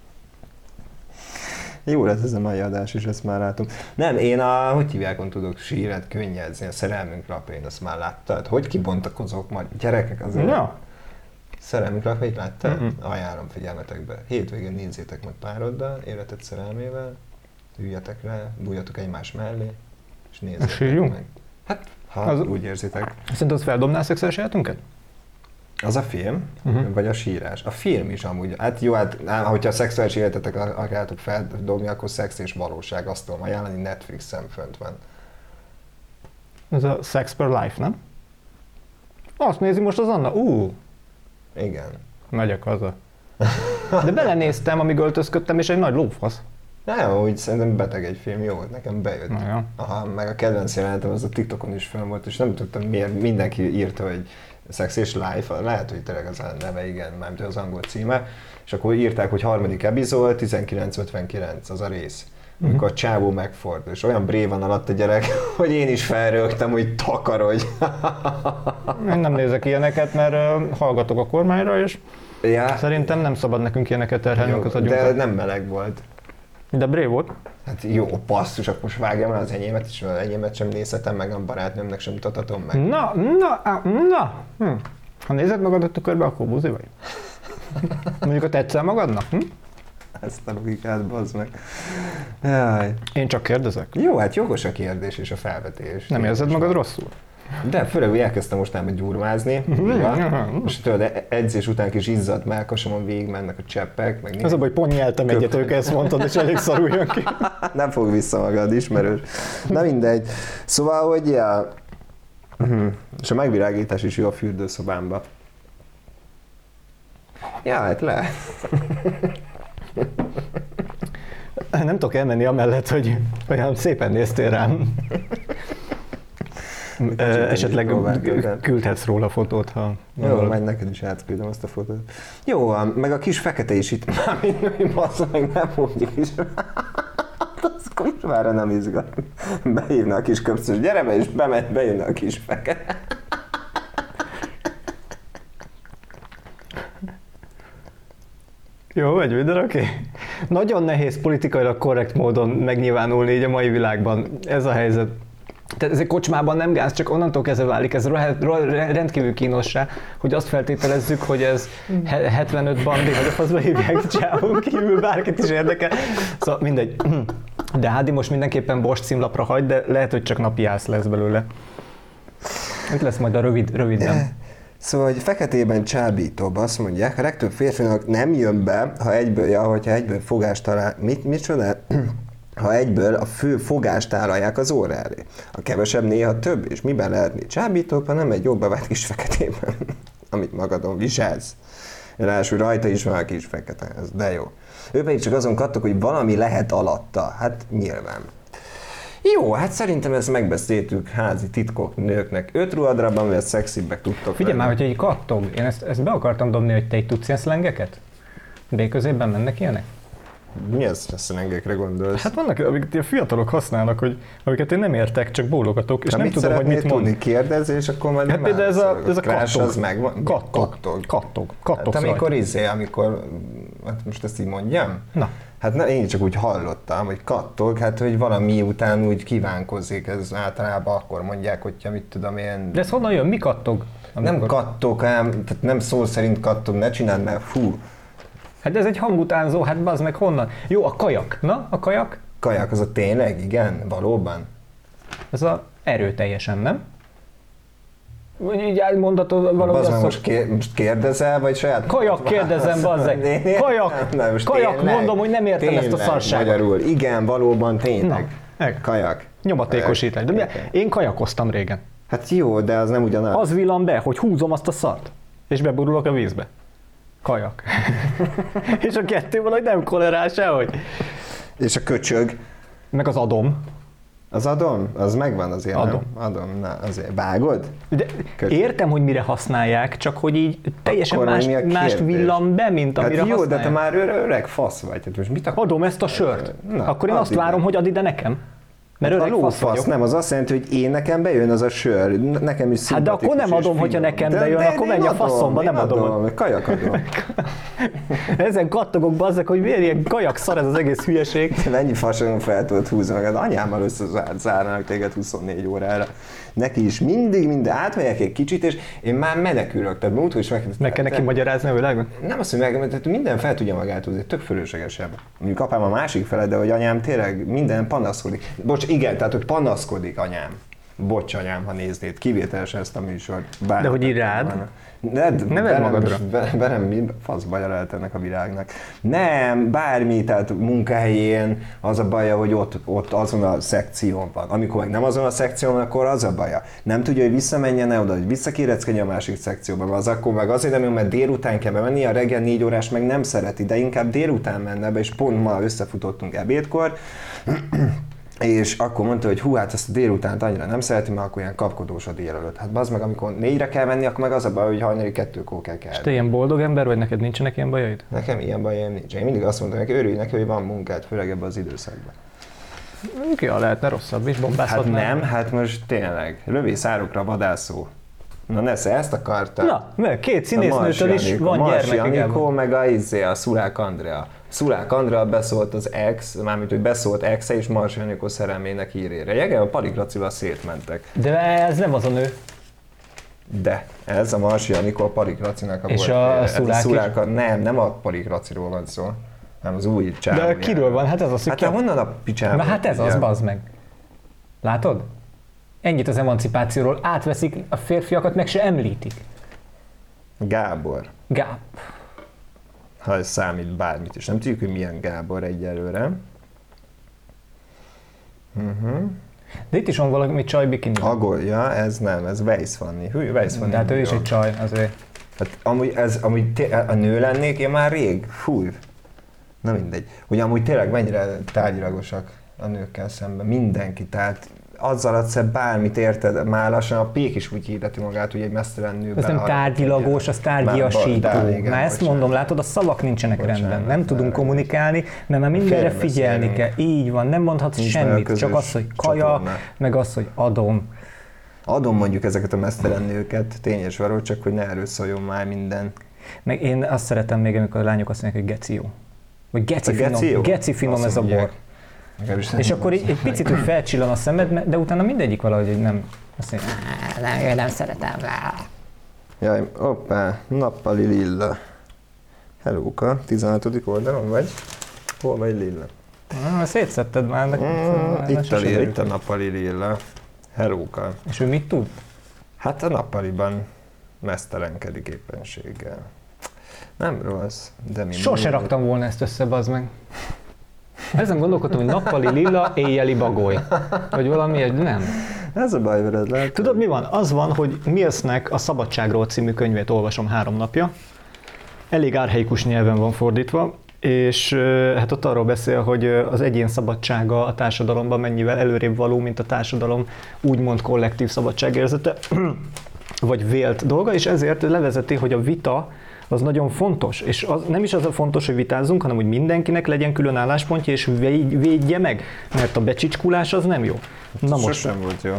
Jó lesz ez a mai adás is, ezt már látom. Nem, én a, hogy hívjákon tudok síret könnyedzni, a szerelmünk lapján, azt már láttad? Hogy kibontakozok majd? Gyerekek, azért Ja. szerelmünk lapjait láttad? Mm-mm. Ajánlom figyelmetekbe. Hétvégén nézzétek meg pároddal, életed szerelmével, üljetek le, bújjatok egymás mellé, és nézzétek sírjunk? meg. Hát, ha Az- az... úgy érzitek. Szerinted az feldobná a szexuális életünket? Az a film, Mhm. uh-huh. vagy a sírás? A film is amúgy. Hát jó, hát á, hogyha a szexuális életetek akarjátok feldobni, akkor Szex és valóság, azt tudom ajánlani, Netflixen fönt van. Ez a Sex per Life, nem? Azt nézi most az Anna? Ú, Igen. megyek haza. De belenéztem, amíg öltözködtem, és egy nagy lófasz. Nem, úgy szerintem beteg egy film, jó, nekem bejött. Na jó. Aha, meg a kedvenc jelenetem az a TikTokon is fönn volt, és nem tudtam miért, mindenki írta, hogy Sex és Life, lehet, hogy tényleg az a neve, igen, mármint az angol címe, és akkor írták, hogy harmadik epizód, tizenkilenc ötvenkilenc az a rész, amikor a csávó megfordul, és olyan brévan alatt a gyerek, hogy én is felrögtem, hogy takarodj. Én nem nézek ilyeneket, mert uh, hallgatok a kormányra, és Ja, szerintem nem szabad nekünk ilyeneket terhelnünk jó, az de agyunkat. nem meleg volt. De bré volt. Hát jó, basszus, akkor most vágjam el az enyémet, és az enyémet sem nézhetem meg, a barátnőmnek sem mutatom meg. Na, na, á, na. Hm. Ha nézed magadat a körbe, akkor buzi vagy. Mondjuk, ha tetszel magadnak? Hm? Ezt a logikát, bazd meg. Jaj. Én csak kérdezek. Jó, hát jogos a kérdés és a felvetés. Nem érzed magad rosszul? De főleg, hogy elkezdtem mostanában gyurmázni. Ja. Most tudod, e- edzés után kis izzadt melkasomon végig mennek a cseppek. Meg Az a baj, pont nyeltem egyet, ők ezt mondtad, és elég szarul jön ki. nem fog vissza magad, ismerős. Na mindegy. Szóval, hogy ja. Uh-huh. És a megvilágítás is jó a fürdőszobámba. Ja, hát lehet. Nem tudok elmenni amellett, hogy olyan szépen néztél rám. Ö, Esetleg próbálkozol. küldhetsz róla fotót, ha... Jó, majd neked is átküldöm azt a fotót. Jó van, meg a kis fekete is itt. Mármint, bassza meg, nem úgy is. Az kurvára nem izgat. Beírna a kis köpcös, gyere be, és bemegy, bejönne a kis fekete. Jó, vagy minden, oké? Okay. Nagyon nehéz politikailag korrekt módon megnyilvánulni így a mai világban. Ez a helyzet. Tehát ez egy kocsmában nem gáz, csak onnantól kezdve válik ez roh- roh- rendkívül kínossá, hogy azt feltételezzük, hogy ez he- hetvenöt bandi, vagy a faszba hívják, csávon kívül bárkit is érdekel. Szóval mindegy. De Ádi most mindenképpen Bosch címlapra hagy, de lehet, hogy csak napi ász lesz belőle. Itt lesz majd a rövid, rövidben. Szóval, hogy feketében csábítóbb, azt mondják, a legtöbb férfinak nem jön be, ha egyből, ja, hogyha egyből fogást talál, mit, micsoda? Ha egyből a fő fogást találják az óra elé. A kevesebb néha több, és miben lehetni csábítóbb, ha nem egy jobb bevált kis feketében, amit magadon viselsz. Ráadásul rajta is van a kis fekete, ez de jó. Ő pedig csak azon kattok, hogy valami lehet alatta, hát nyilván. Jó, hát szerintem ezt megbeszéltük házi titkok nőknek. Öt ruhadarabban, amivel szexibbek tudtok Figyelj már, lenni. hogy egy kattog, én ezt, ezt be akartam dobni, hogy te egy tudsz ilyen szlengeket? B-középben mennek ilyenek? Mi az, ezt a engekre gondolsz? Hát vannak, amiket a fiatalok használnak, hogy, amiket én nem értek, csak bólogatok, és Ha nem mit tudom, hogy mit szeretnél mond. tudni, kérdezz, és akkor majd Hát például ez a, ez a Crash kattog. az megvan. Kattog. Kattog. Kattog. Kattog. Hát amikor izé, amikor, hát most ezt így mondjam? Na. Hát na, én csak úgy hallottam, hogy kattog, hát hogy valami után úgy kívánkozik, ez általában akkor mondják, hogyha mit tudom én... De ez honnan jön? Mi kattog? Nem Amikor... kattog, hanem, tehát nem szó szerint kattog, ne csináld, mert fú, Hát ez egy hangutánzó, hát bazd meg honnan? Jó, a kajak. Na, a kajak? kajak, az a tényleg, igen, valóban. Ez a erőteljesen, nem? Vagy így mondatod valahogy Bazd meg, azt most, kér, most kérdezel, vagy saját... Kajak, kérdezem, bazzeg. Kajak, Na, most kajak, tényleg? mondom, hogy nem értem ezt a Tényleg, szarságot. Magyarul, igen, valóban, tényleg. Na, meg. Kajak. Nyomatékosítás. De mi- én kajakoztam régen. Hát jó, de az nem ugyanaz. Az villan be, hogy húzom azt a szart, és beburulok a vízbe. Kajak. És a kettő valahogy nem kolerál sehogy. És a köcsög, Meg az adom. az adom, az megvan azért, Adom. nem? Adom, na azért. Vágod? De Köcsög. értem, hogy mire használják, csak hogy így teljesen Akkor más, mi a mást kérdés? villan be, mint Hát amire jó, használják. de te már öreg, öreg fasz vagy, tehát most mit akarsz? Adom ezt a sört. Na, Akkor én add azt ide. várom, hogy add ide nekem. Mert Hát a öreg fasz lófasz vagyok. nem, az azt jelenti, hogy én nekem bejön az a sör, nekem is Hát de akkor szimpatikus nem és adom, hogyha finom. nekem De- bejön, de akkor én menj a faszomba, én nem adom. Kajak adom. Ezen kattogok bazzak, hogy miért ilyen kajak szar ez az egész hülyeség. Mennyi fasongon fel tudod húzni magad, anyámmal összezárnának téged huszonnégy órára. Neki is mindig, mindig átmegyek egy kicsit, és én már menekülök. Tehát múltkor is meg... Meg kell neki magyarázni a világon? Nem azt, hogy meg, tehát minden fel tudja magát húzni, tök fölöslegesebb. Mondjuk apám a másik fele, de hogy anyám tényleg minden panaszkodik. Bocs, igen, tehát hogy panaszkodik anyám. Bocs anyám, ha néznéd, kivételesen ezt a műsort. Bár De hogy így rád? Neved Neved magadra. Velem mi fasz baja lehet ennek a világnak. Nem, bármi, tehát munkahelyén az a baja, hogy ott, ott azon a szekción van. Amikor meg nem azon a szekción, akkor az a baja. Nem tudja, hogy visszamenjen el oda, hogy visszakéreckedjen a másik szekcióba, az akkor meg azért nem jó, mert délután kell bemenni, a reggel négy órás meg nem szereti, de inkább délután menne be, és pont ma összefutottunk ebédkor, és akkor mondta, hogy hú, hát ezt a délutánt annyira nem szereti, mert akkor ilyen kapkodós a délelőtt. Hát bazd meg, amikor négyre kell menni, akkor meg az a baj, hogy hajnali kettőkor kell kelni. Te ilyen boldog ember vagy, neked nincsenek ilyen bajaid? Nekem ilyen bajaim nincs. Én mindig azt mondtam, hogy örülj neki, hogy van munkát, főleg ebben az időszakban. Ja, lehetne rosszabb is, Hát bombázhatnál. nem, hát most tényleg, lövész árokra vadászó. Na Nesze, ezt akarta. Na, mert két színésznőtől is van Marsi gyermek, Anikó, meg a Izé, a Szulák Andrea. Szulák Andrea beszólt az ex, mármint, hogy beszólt exe és Marsi Anikó szerelmének hírére. Jegen a Parik Lacival szétmentek. De ez nem az a nő. De ez a Marsi Anikó a Parik Lacinak a És volt. a Ez Szulák is? Szulák, nem, nem a Parik Laciról van szó, hanem az új csávó. De kiről van? Hát ez az, Hát te honnan a picsából? Na hát ez az, tudja? bazd meg. Látod? Ennyit az emancipációról. Átveszik a férfiakat, meg se említik. Gábor. Gáp. Ha ez számít bármit is. Nem tudjuk, hogy milyen Gábor egyelőre. Uh-huh. De itt is van valami csaj bikini. Agolja, ez nem, ez Weiss Fanni. Hű, Weiss Fanni. De hát ő is egy csaj, azért. Hát amúgy, ez, amúgy té- a nő lennék, én már rég, fúj. Na mindegy. Hogy amúgy tényleg mennyire tárgyilagosak a nőkkel szemben. Mindenki, tehát azzal adsz bármit, érted, már lassan a pék is úgy hirdeti magát, hogy egy mesztelen nő. Ez nem tárgyilagos, az tárgyiasító. Már, igen, Már ezt bocsánat. mondom, látod, a szavak nincsenek Bocsánat, rendben. Nem tudunk de- kommunikálni, mert már mindenre Félbeszélünk. figyelni kell. Így van, nem mondhatsz Nincs meg a semmit, közös csak az, hogy kaja, csatorna. meg az, hogy adom. Adom mondjuk ezeket a mesztelen nőket, tény és való, csak hogy ne erről szóljon már minden. Meg én azt szeretem még, amikor a lányok azt mondják, hogy geci jó. Vagy geci A finom, geci jó? geci finom Azt ez a mondják. bor. Legalábbis És nem akkor egy, egy picit, hogy felcsillan a szemed, de utána mindegyik valahogy hogy nem. Azt mondja, "Á, nem, nem szeretem. Á." Jaj, hoppá, nappali lilla. Hellóka, tizenhatodik oldalon vagy? Hol vagy lilla? Ah, szétszedted már. De, Mm, itt, a sose lilla, derül. itt a nappali lilla. Hellóka. És ő mit tud? Hát a nappaliban mesztelenkedik éppenséggel. Nem rossz, de mi Sose múlik. raktam volna ezt össze, bazd meg. Ezen gondolkodtam, hogy nappali lila, éjjeli bagoly. Vagy valami, egy nem. Ez a baj veled, lehet? Tudod mi van? Az van, hogy Millsnek a Szabadságról című könyvét olvasom három napja. Elég árhaikus nyelven van fordítva, és ö, hát ott arról beszél, hogy ö, az egyén szabadsága a társadalomban mennyivel előrébb való, mint a társadalom úgymond kollektív szabadságérzete, vagy vélt dolga, és ezért levezeti, hogy a vita az nagyon fontos, és az, nem is az a fontos, hogy vitázzunk, hanem hogy mindenkinek legyen külön álláspontja, és véd, védje meg, mert a becsicskulás az nem jó. Na most, Sosem volt jó.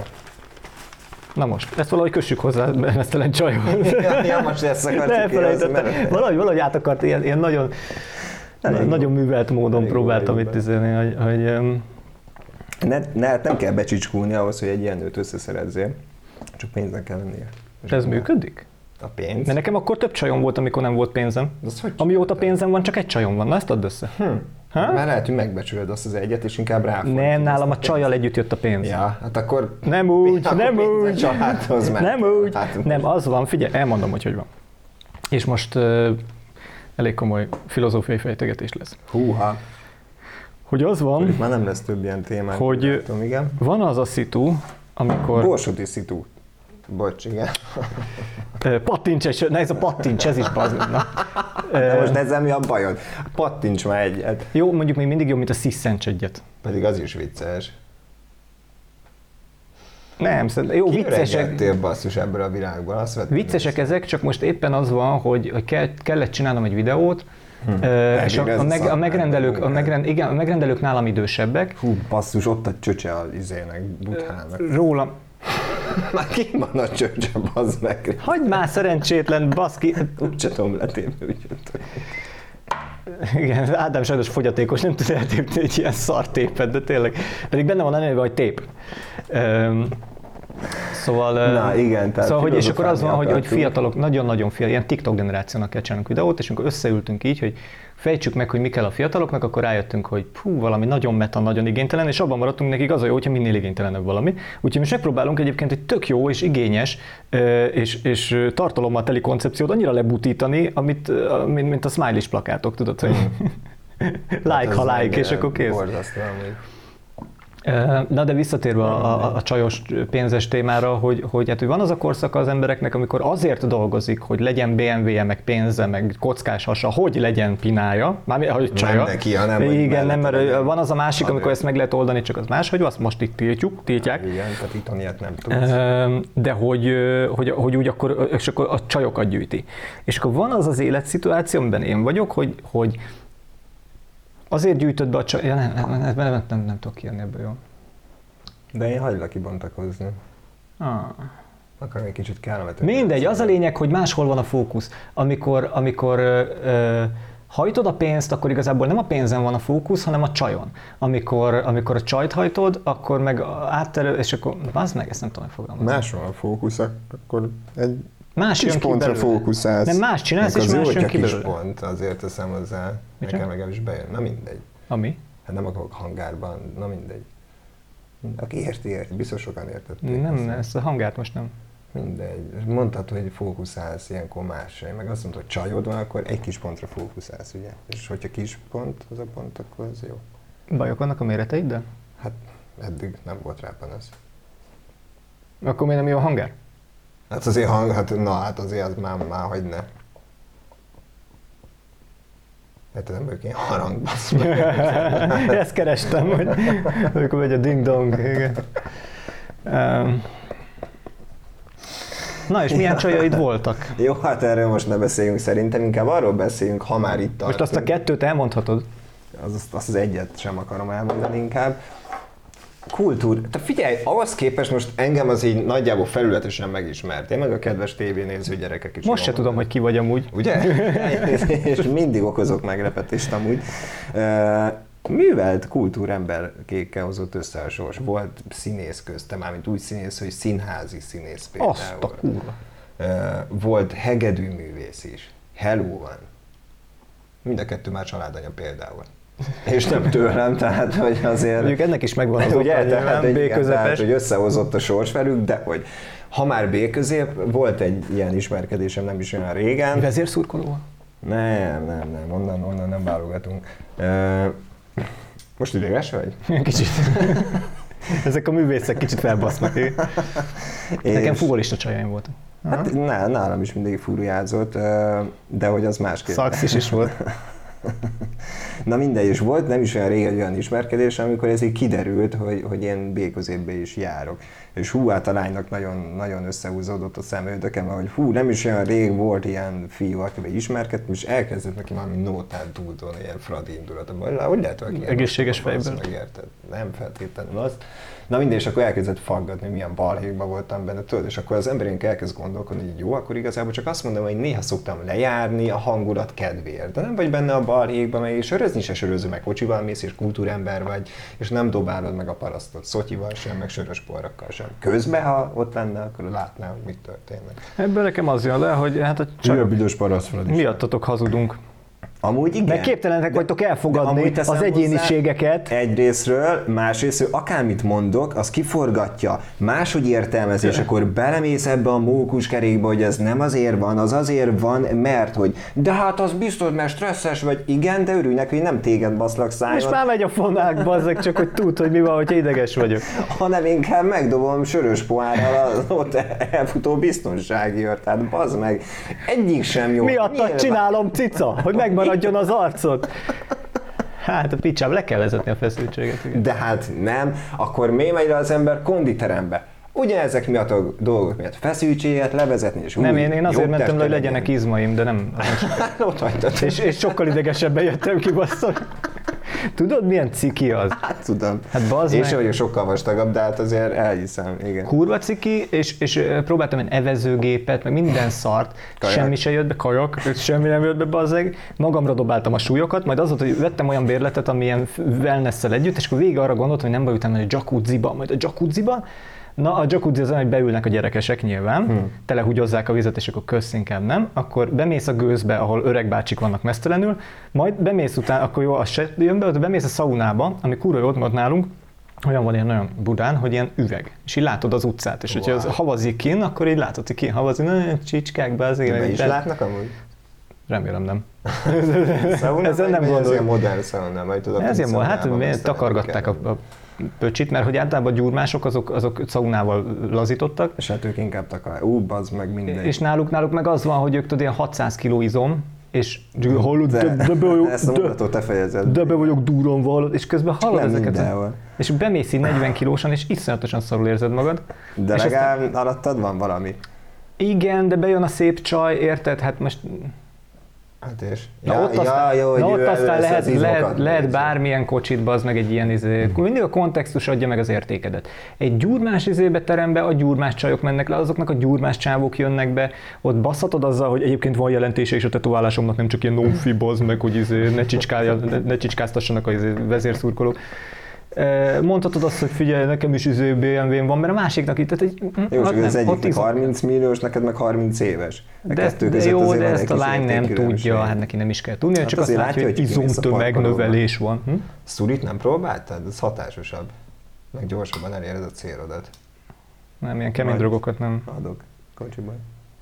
na most, ezt valahogy kössük hozzá mesztelen csajhoz. ja, ja, most ezt akartuk Elfelejtettem. érezni, Valahogy, valahogy át akart, ilyen, ilyen nagyon, Elég nagyon művelt módon Elég próbáltam elég itt izélni, hogy, hogy um, Ne, ne, hát nem kell becsicskulni ahhoz, hogy egy ilyen nőt összeszerezzél. Csak pénznek kell lennie. És ez akkor működik? A pénz? De nekem akkor több csajom volt, amikor nem volt pénzem. De az hogy Amióta pénzem van, csak egy csajom van. Na ezt add össze. Hm. Ha? Már lehet, hogy megbecsülöd azt az egyet, és inkább ráfordítod. Nem, nálam a azt csajjal együtt jött a pénz. Ja, hát akkor... Nem úgy, akkor nem pénz a úgy, családhoz ment. nem úgy. Hát, Nem, az van, figyelj, elmondom, hogy hogy van. És most uh, elég komoly filozófiai fejtegetés lesz. Húha. Hogy az van, Itt már nem lesz több ilyen témánk. Hogy- látom, igen. van az a szitu, amikor Borsodi szitu. Bocs, igen. uh, pattincs egy, na ez a pattincs, ez is bazd. Na. De Uh, most ezzel mi a bajod? Pattints már egyet. jó, mondjuk még mindig jobb, mint a sziszents egyet. Pedig az is vicces. Nem, szerintem, jó, viccesek, Kiöregettél basszus ebből a világból, azt vettem viccesek észre. ezek, csak most éppen az van, hogy, hogy kell, kellett csinálnom egy videót, Hm. Ö, és a, a, meg, a, megrendelők, a, megrend, igen, a megrendelők nálam idősebbek. Hú, basszus, ott a csöcse az izének, Buthának. Rólam. Már ki van a csöcse, bazd meg. Hagyd már szerencsétlen, baszki. Úgyse tudom letépni, úgyse tudom. Igen, Ádám sajnos fogyatékos, nem tud eltépni egy ilyen szartépet, de tényleg. Pedig benne van a neve, hogy tép. Um, Szóval, Na, igen, tehát szóval hogy, és akkor az van, hogy, hogy fiatalok, nagyon-nagyon fiatal, ilyen TikTok generációnak kell csinálnunk videót, és amikor összeültünk így, hogy fejtsük meg, hogy mi kell a fiataloknak, akkor rájöttünk, hogy hú, valami nagyon meta, nagyon igénytelen, és abban maradtunk, nekik az a jó, hogyha minél igénytelenebb valami. Úgyhogy most megpróbálunk egyébként egy tök jó és igényes és, és tartalommal teli koncepciót annyira lebutítani, amit, mint, mint a smiley-s plakátok, tudod, hogy like, hát ha like, és akkor kész. Na de visszatérve a, a, a csajos pénzes témára, hogy, hogy, hát, hogy van az a korszaka az embereknek, amikor azért dolgozik, hogy legyen bé em vé-je, meg pénze, meg kockás hasa, hogy legyen pinája, már hogy csaja. Nem neki, hanem, igen, nem, mert legyen. Van az a másik, amikor ezt meg lehet oldani, csak az más, hogy azt most itt tiltjuk, tiltják. Igen, tehát itt ilyet nem tudsz. De hogy, hogy, hogy úgy akkor, és akkor a csajokat gyűjti. És akkor van az az életszituáció, amiben én vagyok, hogy, hogy azért gyűjtött be a csaj... Ja, nem, nem, nem, nem, nem, nem tudok kijönni ebből, jó? De én hagylak kibontakozni. Ah. Akarom egy kicsit kellemetlen. Mindegy, az a lényeg, hogy máshol van a fókusz. Amikor, amikor ö, ö, hajtod a pénzt, akkor igazából nem a pénzen van a fókusz, hanem a csajon. Amikor, amikor a csajt hajtod, akkor meg átterül, és akkor... Bazd meg, ezt nem tudom megfogalmazni. Máshol a fókusz, akkor egy... Más kis pontra fókuszálsz. Nem, más csinálsz, és más jön ki belőle. Kis pont, azért teszem hozzá. Nekem meg is bejön. Na mindegy. Ami? Hát nem akarok hangárban, na mindegy. Aki érti, érti, biztos sokan értették. Nem, nem, ezt a hangárt most nem. Mindegy. Mondtad, hogy fókuszálsz ilyenkor másra. Meg azt mondod, hogy csajod van, akkor egy kis pontra fókuszálsz, ugye? És hogyha kis pont, az a pont, akkor az jó. Bajok vannak a méreteiddel? Hát eddig nem volt rá panasz. Akkor miért nem jó a hangár? Hát azért hang, hát na hát azért az már, már hogy ne. Hát nem vagyok ilyen harang, bassz meg. Ezt kerestem, hogy amikor megy a ding-dong. Igen. Um. Na és milyen csajaid voltak? Jó, hát erről most ne beszéljünk szerintem, inkább arról beszéljünk, ha már itt tartunk. Most azt a kettőt elmondhatod? Az, azt, azt az egyet sem akarom elmondani inkább. Kultúr. Te figyelj, ahhoz képest most engem az így nagyjából felületesen megismert. Én meg a kedves tévénéző gyerekek is. Most se tudom, hogy ki vagy amúgy. Ugye? És mindig okozok meglepetést amúgy. Művelt kultúremberkékkel hozott össze a sors. Volt színész köztem, mármint úgy színész, hogy színházi színész például. Azt a kurva. Volt hegedűművész is. Hello van. Mind a kettő már családanya például. És nem tőlem, tehát hogy azért... Mondjuk ennek is megvan az ugye, oka, tehát, hogy, B-közepes. Tehát, hogy összehozott a sors velük, de hogy ha már B-közép, volt egy ilyen ismerkedésem nem is olyan régen. Vezérszurkoló? Nem, nem, nem, onnan, onnan nem válogatunk. Uh, most ideges vagy? Kicsit. Ezek a művészek kicsit felbasznak. Nekem futballista csajaim voltak. Hát ná, nálam is mindig fúrujázott, de hogy az másképp. Szaxis is volt. Na mindegy, és volt nem is olyan rég egy olyan ismerkedés, amikor ez így kiderült, hogy, hogy én B-középbe is járok. És hú, hát a lánynak nagyon, nagyon összehúzódott a szemöldöke, mert hogy hú, nem is olyan rég volt ilyen fiú, akivel ismerkedtem, és elkezdett neki valami nótát dúdolni, ilyen fradi indulatban. Hogy lehet, hogy ilyen egészséges fejből? Megérted? Nem feltétlenül azt. Na mindegy, és akkor elkezdett faggatni, milyen balhékban voltam benne, tudod, és akkor az emberünk elkezd gondolkodni, hogy jó, akkor igazából csak azt mondom, hogy néha szoktam lejárni a hangulat kedvéért, de nem vagy benne a balhékban, meg és sörözni se söröző, meg kocsival mész, és kultúrember vagy, és nem dobálod meg a parasztot szotyival sem, meg sörös porrakkal sem. Közben, ha ott lenne, akkor látná, hogy mit történik. Ebből nekem az jön le, hogy hát a csajok miattatok hazudunk. Amúgy igen. Mert képtelenek vagytok elfogadni az egyéniségeket. Egyrészről, másrészről akármit mondok, az kiforgatja, máshogy értelmezés, akkor belemész ebbe a mókuskerékbe, hogy ez nem azért van, az azért van, mert hogy de hát az biztos, mert stresszes vagy, igen, de örülnek, hogy nem téged baszlak szájon. És már megy a fonák, bazzeg, csak hogy tud, hogy mi van, hogyha ideges vagyok. Hanem inkább megdobom sörös pohárral az ott elfutó biztonsági őrt, tehát bazd meg, egyik sem jó. Miattad csinálom, cica, hogy megmaradjon az arcod. Hát a picsám, le kell vezetni a feszültséget. Igen. De hát nem, akkor miért megy rá az ember konditerembe? ugyanezek miatt a dolgok miatt feszültséget levezetni, és Nem, új, én, én azért jobb mentem le, hogy testem legyenek legyen. izmaim, de nem. Ott hagytad. és, és sokkal idegesebben jöttem ki, basszak. Tudod, milyen ciki az? Hát tudom. Hát bazd Én meg. sem vagyok sokkal vastagabb, de hát azért elhiszem, igen. Kurva ciki, és, és próbáltam egy evezőgépet, meg minden szart, Kajak. semmi se jött be, kajak, semmi nem jött be, bazzeg. Magamra dobáltam a súlyokat, majd az volt, hogy vettem olyan bérletet, amilyen wellness-szel együtt, és akkor végig arra gondoltam, hogy nem baj, utána a jacuzziba, majd a jacuzziba. Na, a jacuzzi az olyan, hogy beülnek a gyerekesek nyilván, hmm. telehugyozzák a vizet, és akkor kösz inkább nem. Akkor bemész a gőzbe, ahol öreg bácsik vannak mesztelenül, majd bemész utána, akkor jó, az se jön be, de bemész a szaunába, ami kurva jót volt nálunk, olyan van ilyen nagyon Budán, hogy ilyen üveg, és így látod az utcát, és wow. hogyha az havazik kin, akkor így látod, hogy ki havazik, nagyon csicskák be az Be élet. is látnak amúgy? Remélem nem. Szauna, Ezzel nem Ez gondolom. ilyen modern szauna, majd tudod. Ez ilyen, hát szaunában miért mesztelen takargatták kell. a, a pöcsit, mert hogy általában a gyurmások azok, azok szaunával lazítottak, És hát ők inkább takar. Ú, bazd meg minden. és náluk, náluk meg az van, hogy ők tudod, ilyen hatszáz kiló izom, és hallod, de, De, de, be vagyok, ezt a de, mondatot te fejezed. de be vagyok durranva, hallod, és közben hallod Nem ezeket. mindenhol. És bemész így negyven kilósan, és iszonyatosan szarul érzed magad. De és legalább aztán... alattad van valami. Igen, de bejön a szép csaj, érted? Hát most... Hát és? Na Ja, ott aztán, ja, jó, hogy na ő ott aztán előveszi lehet, az izmokat lehet, lehet nézi. bármilyen kocsit, az meg egy ilyen izé. Mindig a kontextus adja meg az értékedet. Egy gyurmás izébe terembe a gyurmás csajok mennek le, azoknak a gyurmás csávok jönnek be, ott baszhatod azzal, hogy egyébként van jelentése is a tetoválásomnak, nem csak ilyen no-fi bazd meg, hogy izé, ne, csicskálja, ne, ne csicskáztassanak a izé, vezérszurkolók. Mondhatod azt, hogy figyelj, nekem is izé bé em vén van, mert a másiknak itt, tehát egy, Jó, ott csak az nem, ott egyiknek izom. harminc milliós, neked meg harminc éves. A De, kettő de között jó, azért de van ezt egy a kis lány nem értékkülönbség. tudja, hát neki nem is kell tudni, Hát csak azt azért látja, hogy látja, hogy kimész a izomtömegnövelés van. Hm? Szurit nem próbáltad? Ez hatásosabb. Meg gyorsabban eléred a célodat. Nem, ilyen kemény Majd drogokat nem. Adok kocsiban.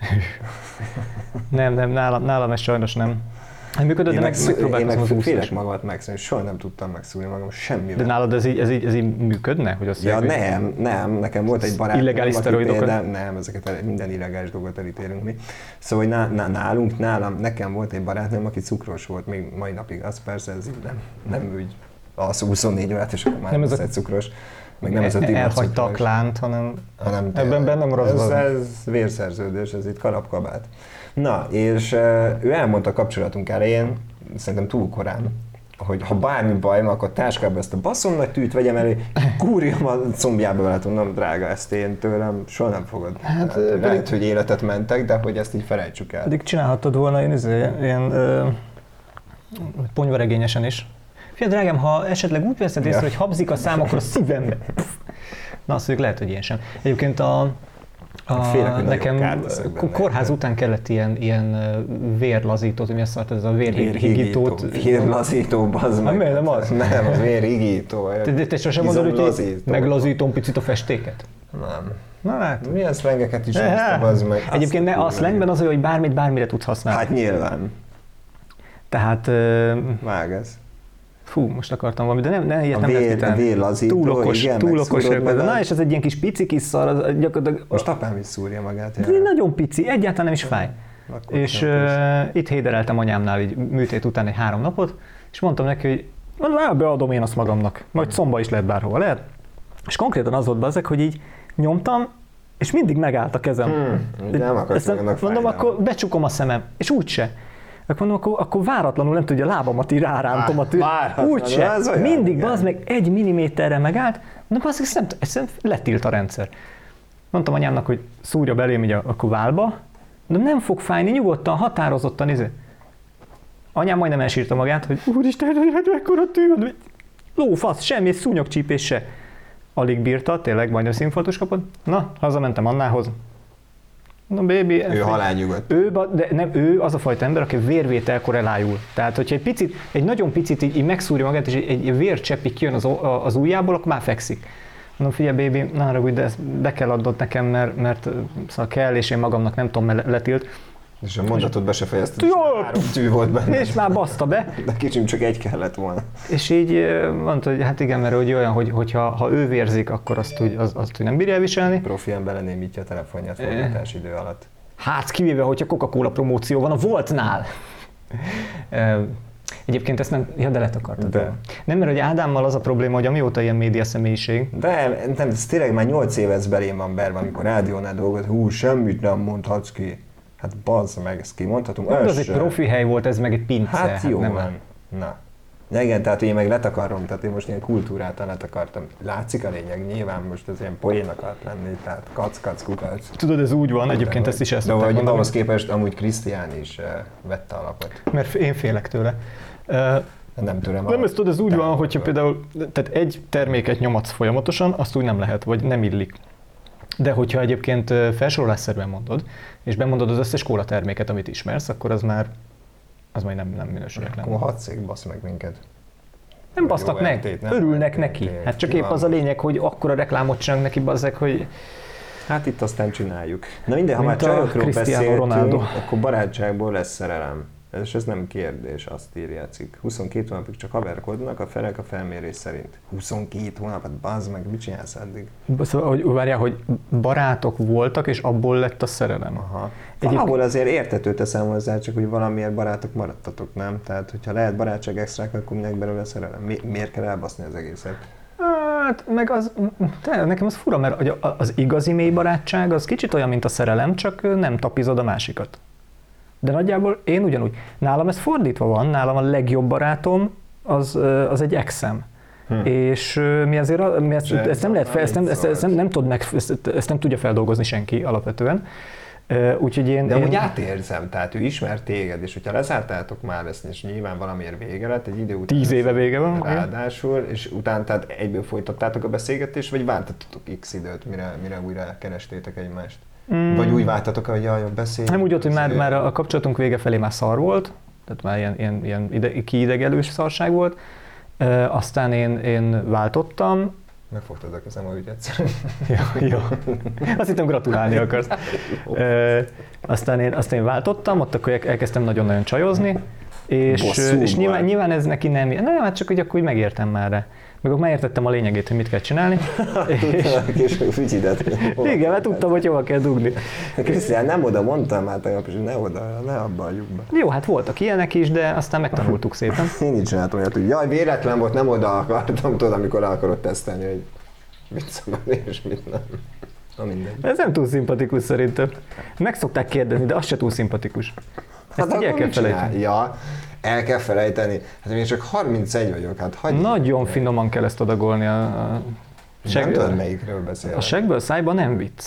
Nem, nem, nálam, nálam ez sajnos nem. Nem működött, de meg, Én megpróbálkozom az meg félek úszás. magamat megszűnni, soha nem tudtam megszúrni magam semmivel. De nálad ez így, ez így, ez így működne? Hogy azt Ja, mondják, hogy- nem, nem, nekem volt egy barátom, Illegális aki szteroidokat? például- Nem, ezeket el- minden illegális dolgot elítélünk mi. Szóval hogy ná, ná, nálunk, nálam, nekem volt egy barátom, aki cukros volt, még mai napig az persze, ez így nem, nem úgy alsz huszonnégy órát, és akkor már Nem nem ez ez a- egy cukros. Meg nem ez a divat Elhagyta a cukros. klánt, hanem hanem ebben benne marad ez, az. ez vérszerződés, ez itt kalapkabát. Na, és uh, ő elmondta a kapcsolatunk elején, szerintem túl korán, hogy ha bármi baj van, akkor táskába ezt a baszom nagy tűt vegyem elő, kúrjam a combjába vele, mondom, drága, ezt én tőlem soha nem fogod. Hát, hát, pedig- lehet, hogy életet mentek, de hogy ezt így felejtsük el. Pedig csinálhattad volna én izé, ilyen ö, ponyvaregényesen is. Figyelj, drágám, ha esetleg úgy veszed észre, Ja. hogy habzik a szám, akkor a szívembe. Pff. Na, azt mondjuk lehet, hogy ilyen sem. Egyébként a, a Félek, hogy nekem nagyon kárt teszek benne. kórház után kellett ilyen, ilyen ö, vérlazítót, mi azt mondta, ez a vérhigítót. Vérlazító, bazd meg. Nem, nem az? Nem, az vérhigító. Te, te, te sosem mondod, hogy Izomlazító. meglazítom picit a festéket? Nem. Na hát. Milyen szlengeket is hoztam, bazd meg. Egyébként ne, a Azt szlengben az olyan, hogy bármit bármire tudsz használni. Hát nyilván. Tehát, ö, Vág ez. fú, most akartam valamit, de nem, nem ilyet A nem vér- lehet kitenni. vérlazító, Túl okos, igen, túl okos megszúrod vagyok. magad. Na, és ez egy ilyen kis pici kis szar, az gyakorlatilag Most apám is szúrja magát. ez egy nagyon pici, egyáltalán nem is fáj. Akkor És sem uh, itt hédereltem anyámnál így műtét után egy három napot, és mondtam neki, hogy mondom, beadom én azt magamnak, majd szomba is lehet bárhova, lehet? És konkrétan az volt bezzeg, hogy így nyomtam, és mindig megállt a kezem. Hmm, ugye nem akarsz Aztán magadnak mondom, fájdalmat. akkor becsukom a szemem, és úgyse. Akkor mondom, akkor, akkor váratlanul nem tudja, a lábamat így rárántom a tűz. Váratlanul, Úgyse. az olyan, Mindig, igen. bazd meg, egy milliméterre megállt, de bazd meg, ezt nem, ezt nem letilt a rendszer. Mondtam anyámnak, hogy szúrja belém így a, a válba, de nem fog fájni, nyugodtan, határozottan, izé. Anyám majdnem elsírta magát, hogy úristen, hát mekkora tű, lófasz, semmi, szúnyogcsípés se. Alig bírta, tényleg majdnem színfoltos kapott. Na, hazamentem Annához. Na, baby, Ő halálnyugodt. ő, de nem, ő az a fajta ember, aki vérvételkor elájul. Tehát, hogyha egy picit, egy nagyon picit így, így megszúrja magát, és egy, egy vércseppig kijön az, az ujjából, akkor már fekszik. Mondom, figyelj, baby, ne haragudj, de ezt be kell adnod nekem, mert, mert szóval kell, és én magamnak nem tudom, mert letilt. És a mondatot be se fejezted, és Jó! három tű volt benne. És már baszta be. De kicsim csak egy kellett volna. És így ö, mondta, hogy hát igen, mert hogy olyan, hogy, hogyha ha ő vérzik, akkor azt úgy, az, azt úgy nem bírja elviselni. Profian belenémítja a telefonját fordítás idő alatt. Hát kivéve, hogyha Coca-Cola promóció van a Voltnál. Ö, Egyébként ezt nem, ja, de letakartad. De. Nem, mert hogy Ádámmal az a probléma, hogy amióta ilyen média személyiség. De nem, ez tényleg már nyolc év ez belém van berve, amikor rádiónál dolgozott, hú, semmit nem mondhatsz ki. Hát bazd meg, ezt kimondhatunk. De az egy profi hely volt, ez meg egy pince. Hát jó nem van. Na. Ja, igen, tehát én meg letakarom, tehát én most ilyen kultúráltan letakartam. Látszik a lényeg, nyilván most ez ilyen poén akart lenni, tehát kac-kac kukac. Tudod, ez úgy van, egyébként de, ezt is ezt de vagy mondani. ahhoz képest amúgy Krisztián is uh, vette a lapot. Mert én félek tőle. Uh, nem tőlem. Nem, ezt tudod, ez úgy van, hogyha például tehát egy terméket nyomadsz folyamatosan, azt úgy nem lehet, vagy nem illik. De hogyha egyébként felsorolásszerűen mondod, és bemondod az összes kóla terméket, amit ismersz, akkor az már az majd nem, nem minőségetlen. Akkor hat cég basz meg minket. Nem basztak meg, eltét, nem? Örülnek neki. Hát csak épp az a lényeg, hogy akkora reklámot csinálnak neki bazzeg, hogy... Hát itt aztán csináljuk. Na minden, ha már csajokról beszéltünk, akkor barátságból lesz szerelem. És ez nem kérdés, azt írja a cikk. huszonkét hónapig csak haverkodnak a felek a felmérés szerint. huszonkét hónapot, bazd meg, mit csinálsz eddig? Szóval, hogy várjál, hogy barátok voltak, és abból lett a szerelem. Aha. Valahol azért értető teszem hozzá, csak hogy valamiért barátok maradtatok, nem? Tehát, hogyha lehet barátság extrák, akkor minek belőle szerelem? Mi, miért kell elbaszni az egészet? Hát, meg az, tényleg nekem az fura, mert az igazi mély barátság az kicsit olyan, mint a szerelem, csak nem tapizod a másikat. De nagyjából én ugyanúgy. Nálam ez fordítva van, nálam a legjobb barátom az, az egy exem. Hm. És mi azért, mi ezt, ezt nem lehet fel, ezt nem, ezt, ezt nem, nem tud meg, ezt, ezt nem tudja feldolgozni senki alapvetően. Úgyhogy én... De amúgy én... átérzem, tehát ő ismer téged, és hogyha lezártátok már ezt, és nyilván valamiért vége lett, egy idő után... Tíz éve vége van. Ráadásul, és utána tehát egyből folytattátok a beszélgetést, vagy vártatok x időt, mire, mire újra kerestétek egymást? Mm. Vagy úgy váltatok, hogy jaj, beszélj. Nem úgy volt, hogy már, már a kapcsolatunk vége felé már szar volt, tehát már ilyen, ilyen, ilyen ide, kiidegelős szarság volt. E, aztán én, én váltottam. Megfogtad a kezem, ahogy egyszer. Ja, ja. Azt hittem gratulálni akarsz. E, aztán, én, aztán én váltottam, ott akkor elkezdtem nagyon-nagyon csajozni, és, és nyilván, nyilván ez neki nem, nem, hát csak hogy akkor úgy megértem már rá. Meg akkor megértettem a lényegét, hogy mit kell csinálni. és a fügyidet. Igen, mert tudtam, hogy hova kell dugni. Krisztián, nem oda mondtam már tegnap, és ne oda, ne abba a lyukba. Jó, hát voltak ilyenek is, de aztán megtanultuk szépen. Én így csináltam olyat, hogy jaj, véletlen volt, nem oda akartam, tudod, amikor akarod tesztelni, hogy mit szabad és mit nem. Na mindegy. Ez nem túl szimpatikus szerintem. Meg szokták kérdezni, de az se túl szimpatikus. Ezt hát így el kell felejteni. Ja, el kell felejteni. Hát én csak harmincegy vagyok, hát hagyj. Nagyon finoman kell ezt adagolni a... a seg... Nem tudod, melyikről beszélek. A segből szájba nem vicc.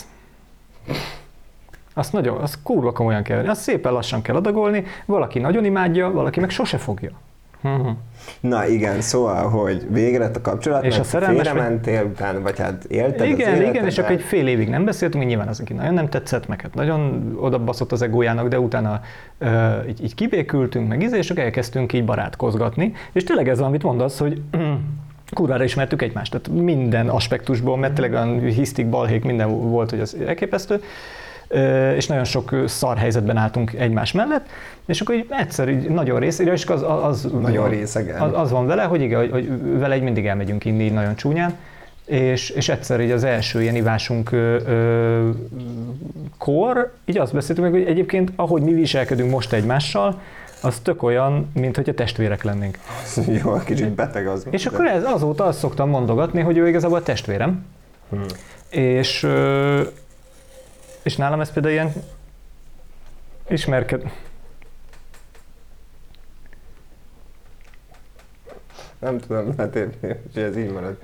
Azt nagyon, azt kurva komolyan kell venni. Azt szépen lassan kell adagolni, valaki nagyon imádja, valaki meg sose fogja. Uh-huh. Na igen, szóval, hogy vége lett a kapcsolat, és mert félrementél utána, vagy hát élted igen, az igen, és akkor egy fél évig nem beszéltünk, nyilván az neki nagyon nem tetszett, meg hát nagyon odabaszott az egójának, de utána uh, így, így kibékültünk, meg íze, és akkor elkezdtünk így barátkozgatni, és tényleg ez, amit mondasz, hogy kurvára ismertük egymást, tehát minden aspektusból, mert tényleg olyan hisztik, balhék, minden volt, hogy az elképesztő, és nagyon sok szar helyzetben álltunk egymás mellett, és akkor így egyszer így nagyon részére, és az, az, nagyon részegen. Az, az van vele, hogy igen, hogy, hogy vele így mindig elmegyünk inni így nagyon csúnyán, és, és egyszer így az első ilyen ivásunk ö, ö, kor, így azt beszéltünk meg, hogy egyébként ahogy mi viselkedünk most egymással, az tök olyan, mint hogyha testvérek lennénk. Jó, kicsit beteg az. És de... akkor ez azóta azt szoktam mondogatni, hogy ő igazából a testvérem. Hmm. És ö, És nálam ez például ilyen ismerked... Nem tudom letérni, hogy ez így marad.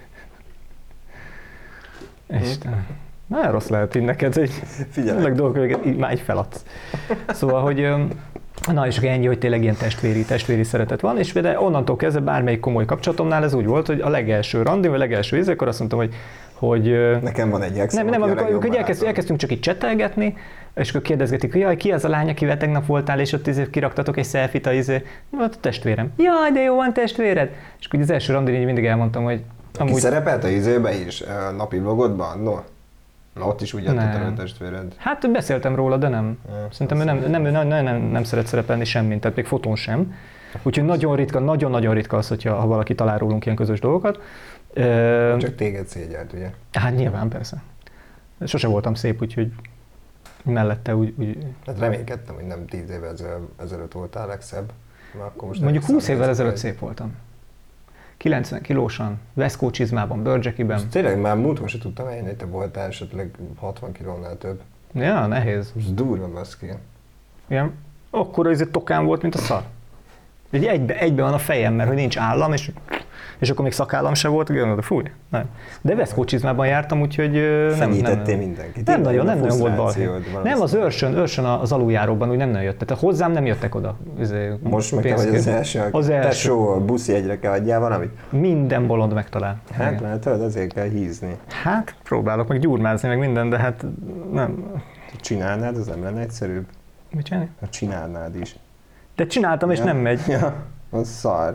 Istenem. Nagyon rossz lehet így neked, hogy tényleg dolgokat így már így feladsz. Szóval, hogy na és ennyi, hogy tényleg ilyen testvéri, testvéri szeretet van, és de onnantól kezdve bármelyik komoly kapcsolatomnál ez úgy volt, hogy a legelső randi, vagy a legelső ízekor azt mondtam, hogy hogy... Nekem van egy exem, Nem, nem, amikor, amikor elkezd, elkezdtünk csak így csetelgetni, és akkor kérdezgetik, hogy jaj, ki az a lány, akivel tegnap voltál, és ott izé, kiraktatok egy selfie-t, a izé, no, a testvérem. Jaj, de jó, van testvérem. És akkor az első randin így mindig elmondtam, hogy... Amúgy... Ki szerepelt a izébe is, a napi vlogodban? No. Na, ott is úgy adtad a testvéred. Hát beszéltem róla, de nem. Ja, szerintem ő nem, nem, nem, nem, nem, nem szeret szerepelni semmin, tehát még fotón sem. Úgyhogy nagyon ritka, nagyon-nagyon ritka az, hogyha ha valaki talál rólunk ilyen közös dolgokat. Csak téged szégyelt, ugye? Hát nyilván, persze. Sose voltam szép, úgyhogy mellette úgy... úgy... Hát reménykedtem, hogy nem tíz évvel ezelőtt voltál legszebb. Akkor most Mondjuk húsz évvel számít, ezelőtt hogy- szép voltam. kilencven kilósan, Veszkó csizmában, bőrcsekiben. Tényleg már múltkor se tudtam eljönni, hogy te voltál esetleg hatvan kilónál több. Ja, nehéz. Ez durva baszki. Igen. Akkor ez egy tokán volt, mint a szar. Egy egybe, egybe van a fejem, mert hogy nincs állam, és, és akkor még szakállam se volt, de fúj, nem. De Veszkó csizmában jártam, úgyhogy ö, nem, Fenyítettél nem, mindenkit. nem Tényleg nagyon, a nem nagyon volt balhé. frusztrációd Nem, az valószínűleg. őrsön, őrsön az aluljáróban úgy nem nagyon jött. Tehát hozzám nem jöttek oda. izé, Most meg te vagy az pénzként. első, Az első. tesó, buszjegyre kell adjál valamit? Minden bolond megtalál. Hát Igen. látod, azért kell hízni. Hát próbálok meg gyurmázni, meg minden, de hát nem. Csinálnád, az nem lenne egyszerűbb? Mit csinálni? Ha csinálnád is. De csináltam, és Ja. nem megy. Ja, az szar.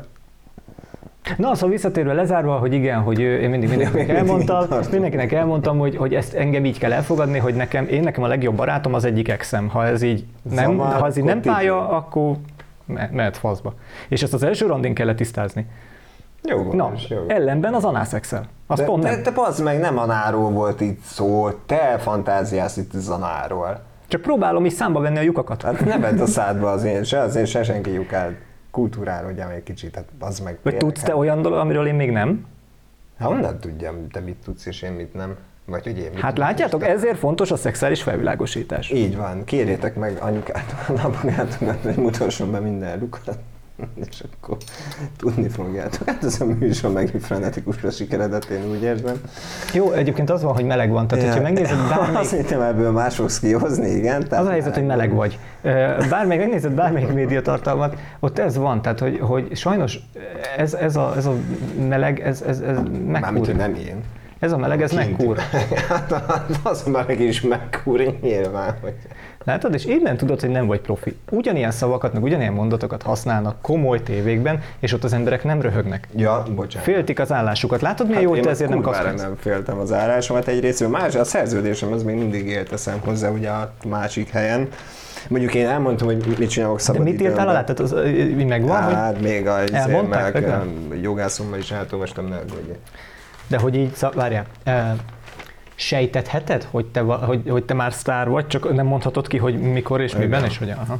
Na, szóval visszatérve lezárva, hogy igen, hogy ő- én mindig mindenkinek elmondtam, mindenkinek elmondtam, hogy, hogy ezt engem így kell elfogadni, hogy nekem, én nekem a legjobb barátom az egyik exem. Ha ez így nem, Zavar, ha ez így nem akkor pálya, pipé. akkor me- mehet faszba. És ezt az első randin kellett tisztázni. Jó Na, gondolás, jó. ellenben az anászexel. Az De pont te, nem. te bazd meg, nem Anáról volt itt szó, te fantáziálsz itt Zanáról. Csak próbálom is számba venni a lyukakat. Hát ne vedd a szádba az én, se az én, se senki lyukát. Kultúrálódjál még kicsit, hát az meg. Vagy tudsz te olyan dolog, amiről én még nem? Hát honnan tudjam, te mit tudsz és én mit nem? Vagy hogy én mit Hát tudok, látjátok, és te- ezért fontos a szexuális felvilágosítás. Így van, kérjétek meg anyukát, a napogátokat, hogy mutasson be minden lukat, és akkor tudni fogjátok. Hát ez a műsor megint frenetikusra sikeredett, én úgy érzem. Jó, egyébként az van, hogy meleg van. Tehát, hogyha megnézed bármelyik... Azt hittem, ebből más fogsz kihozni, igen. Az a helyzet, hogy meleg vagy. Bármelyik, megnézed bármelyik médiatartalmat, ott ez van, tehát hogy, hogy sajnos ez, ez, a, ez a meleg, ez, ez, ez Mármint, megkúr. hogy nem én. Ez a meleg, ez Kint. megkúr. Hát az a meleg is megkúr, nyilván. Hogy... Látod, és innen tudod, hogy nem vagy profi. Ugyanilyen szavakat, meg ugyanilyen mondatokat használnak komoly tévékben, és ott az emberek nem röhögnek. Ja, bocsánat. Féltik az állásukat. Látod, milyen jó, hogy te ezért nem kapsz kurvára pénzt? nem féltem az állásomat egyrésztről. Más, a szerződésem az még mindig élt, teszem hozzá ugye a másik helyen. Mondjuk én elmondtam, hogy mit csinálok De szabad mit írtál alá? Tehát az, így megvan, hogy... Hát még a Elmondták meg neked? jogászommal is elolvastam, ne aggódj. De hogy így, szab- várjál, e, sejtetheted, hogy te, va- hogy, hogy te már sztár vagy, csak nem mondhatod ki, hogy mikor és miben, Igen. és hogyan. Aha.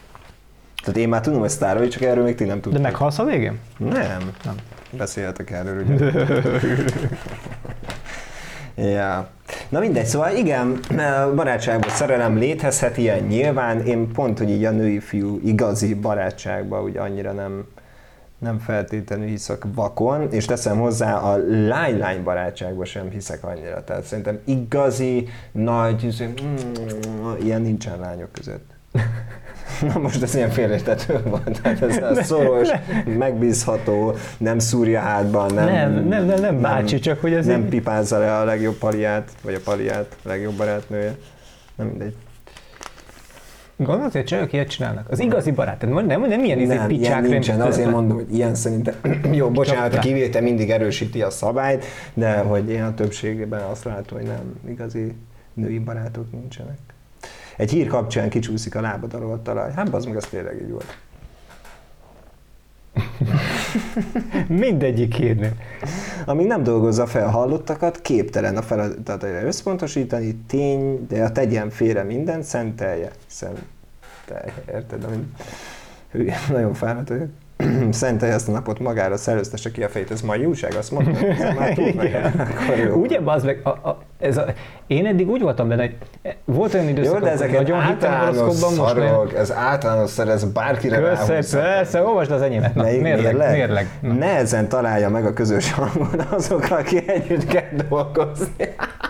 Tehát én már tudom, hogy sztár vagy, csak erről még ti nem De tudtok. meghalsz a végén? Nem. Nem. Beszéltek erről, ugye? Ja. Na mindegy, szóval igen, barátságban szerelem létezhet ilyen nyilván, én pont, hogy így a női-fiú igazi barátságban ugye annyira nem, nem feltétlenül hiszek vakon, és teszem hozzá, a lány-lány barátságban sem hiszek annyira, tehát szerintem igazi, nagy, mm, ilyen nincsen lányok között. Na most ez ilyen félreérthető volt, tehát ez a szoros, megbízható, nem szúrja hátban, nem, Nem, nem, nem, nem bácsi, csak hogy ez nem így- pipázza le a legjobb paliát, vagy a paliát, a legjobb barátnője. Nem mindegy. Gondolod, hogy csajok ilyet csinálnak? Az igazi barát, tehát nem, nem ilyen izé Nem, ilyen picsák. nincsen, azért mondom, hogy ilyen szerintem, jó, bocsánat, a Csak rá. kivétel mindig erősíti a szabályt, de hogy én a többségében azt látom, hogy nem, igazi női barátok nincsenek. Egy hír kapcsán kicsúszik a lábad alól a talaj. Hát az meg az tényleg így volt. Mindegyik hírnél. Amíg nem dolgozza fel hallottakat, képtelen a feladataira összpontosítani, tény, de a tegyen félre mindent, szentelje. Szentelje, érted? Amint, hülye, nagyon fáradt vagyok. Szentelje ezt a napot magára, szerőztesse ki a fejét, ez mai újság, azt mondom, ez már túl meg, akkor jó. Ugye, bazd meg, a, a, ez a, én eddig úgy voltam benne, hogy volt olyan időszak, Jó, de ezek nagyon hittem általános horoszkópban, most olyan... szarok, ez általános szar, ez bárkire Köszönöm, ráhúzza. persze, olvasd az enyémet. Na, Melyik mérleg, mérleg? mérleg. Na. Nehezen találja meg a közös hangot azokkal, aki együtt kell dolgozni.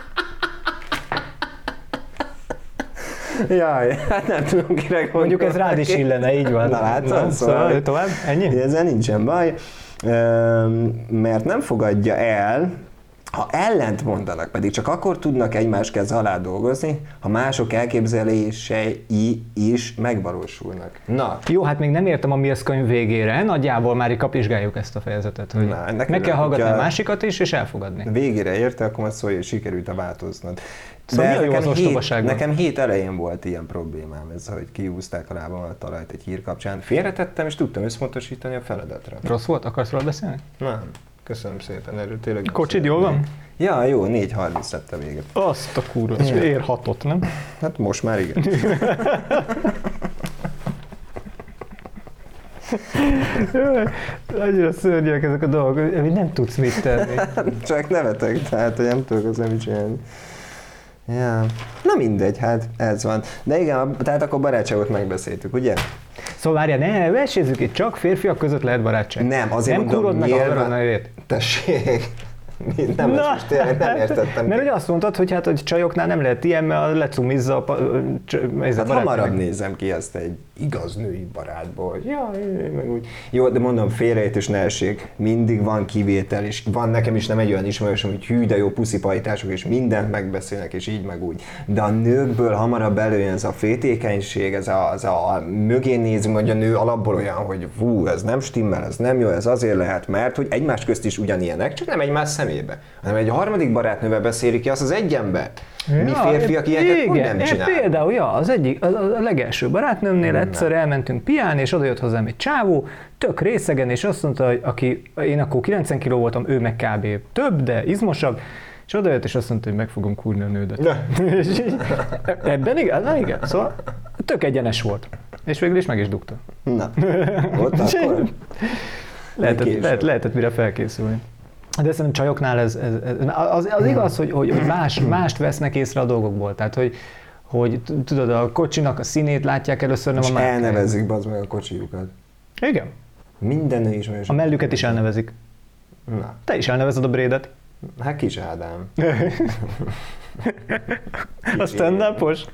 Jaj, hát nem tudom, kire gondolni. Mondjuk ez rád is illene, így van. Na látod, Na, szóval- szóval tovább, ennyi? Ezzel nincsen baj, Öm, mert nem fogadja el, ha ellent mondanak, pedig csak akkor tudnak egymás keze alá dolgozni, ha mások elképzelései is megvalósulnak. Na, Jó, hát még nem értem a Mills könyv végére, nagyjából már így kapizsgáljuk ezt a fejezetet, hogy Na, ennek meg kell örülök, hallgatni hogyha- a másikat is, és elfogadni. végére érte, akkor majd szólj, hogy sikerült a változnod. Szóval mi a jó nekem az hét, ostobaságban? nekem hét elején volt ilyen problémám, ez, hogy kihúzták a lábam a talajt egy hír kapcsán. Félretettem, és tudtam összpontosítani a feladatra. Rossz volt? Akarsz róla beszélni? Nem, köszönöm szépen, erről tényleg... Kocsid jól van? Ja, jó, négy harminc lett a vége. Azt a kurva, és ér hatot, nem? Hát most már igen. Annyira szörnyűek ezek a dolgok, hogy nem tudsz mit tenni. Csak nevetek, tehát hogy nem tudok az nem csinálni. Ja. Na mindegy, hát ez van. De igen, tehát akkor barátságot megbeszéltük, ugye? Szóval várjál, ne versézzük itt, csak férfiak között lehet barátság. Nem, azért nem mondom, kurod meg a nyilván- haverod nevét. Tessék. Mi- Nem, ezt most tényleg nem értettem. Mert ugye azt mondtad, hogy hát hogy csajoknál nem lehet ilyen, mert lecumizza a, pa- c- ez a Hát barát hamarabb meg. nézem ki ezt egy igaz női barátból. Ja, meg úgy. Jó, de mondom, félreértés ne essék. Mindig van kivétel, és van nekem is nem egy olyan ismerősöm, hogy hű, de jó puszipajtások, és mindent megbeszélnek, és így meg úgy. De a nőkből hamarabb előjön ez a féltékenység, ez a, ez a mögén nézünk, hogy a nő alapból olyan, hogy fú, ez nem stimmel, ez nem jó, ez azért lehet, mert hogy egymás közt is ugyanilyenek, csak nem egymás szemébe, hanem egy harmadik barátnővel beszélik ki azt az egy embert. Mi Ja, férfiak ilyeneket igen, pont nem én csinálunk. Például, ja, az egyik, a, a legelső barátnőmnél egyszer elmentünk piálni, és odajött hozzám egy csávó, tök részegen, és azt mondta, hogy aki, én akkor kilencven kiló voltam, ő meg kb. Több, de izmosabb, és odajött, és azt mondta, hogy meg fogom kúrni a nődet. És így, ebben igen, na igen, szóval tök egyenes volt. És végül is meg is dugta. Na, ott akkor... Lehetett, később. lehet, lehetett mire felkészülni. De szerintem csajoknál ez, ez, ez az, az igaz, hogy, hogy hogy más, mást vesznek észre a dolgokból. Tehát, hogy, hogy tudod, a kocsinak a színét látják először, nem És a márkáját. elnevezik bazd meg a kocsijukat. Igen. Minden nő ismerős. A mellüket is elnevezik. Na, Te is elnevezed a Brédet. hát Kis Ádám. A stand-upos?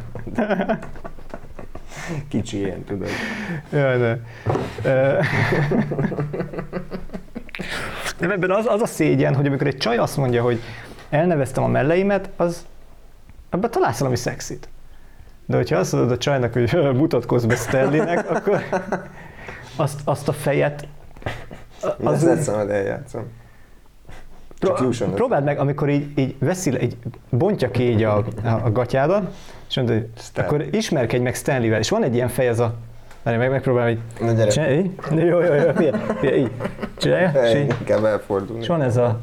Kicsi ilyen, tudod. Jaj, ne. Ö, Nem, ebben az, az a szégyen, hogy amikor egy csaj azt mondja, hogy elneveztem a melleimet, az ebben találsz valami szexit. De hogyha azt mondod a csajnak, hogy mutatkozz be Stanleynek, akkor azt, azt a fejet... Az Az ezt szabad eljátszom. Csak Pró- jusson próbáld meg, amikor így, így veszi, így bontja ki így a, a, a gatyádat, és mondod, hogy Stan. akkor ismerkedj meg Stanleyvel, és van egy ilyen fej, ez a... Várj, meg megpróbálom így... Na gyere. Csinálj, így? Jó, jó, jó, figyelj, figyelj, így. Csinálja, és Hey, így. kell elfordulni. És van ez a...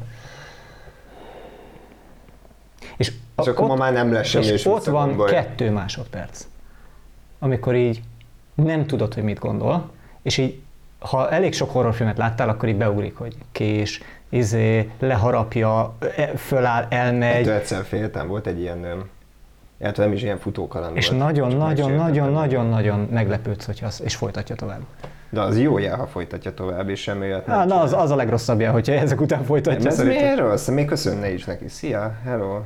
És, És akkor ma már nem lesz semmi, és és ott van visszagondolja. kettő másodperc, amikor így nem tudod, hogy mit gondol, és így, ha elég sok horrorfilmet láttál, akkor így beugrik, hogy kés, izé, leharapja, e- föláll, elmegy, Ettől egyszer féltem, volt egy ilyen, öm, illetve nem is ilyen futókaland és volt. Csak megsértettem. nagyon-nagyon-nagyon-nagyon meglepődsz, hogy az, és folytatja tovább. De az jó jel, ha folytatja tovább, és semmi olyat nem Á, na, az, csinál. az a legrosszabbja, hogyha ezek után folytatja. Ez szerintem. miért rossz? Még köszönne is neki. Szia, hello.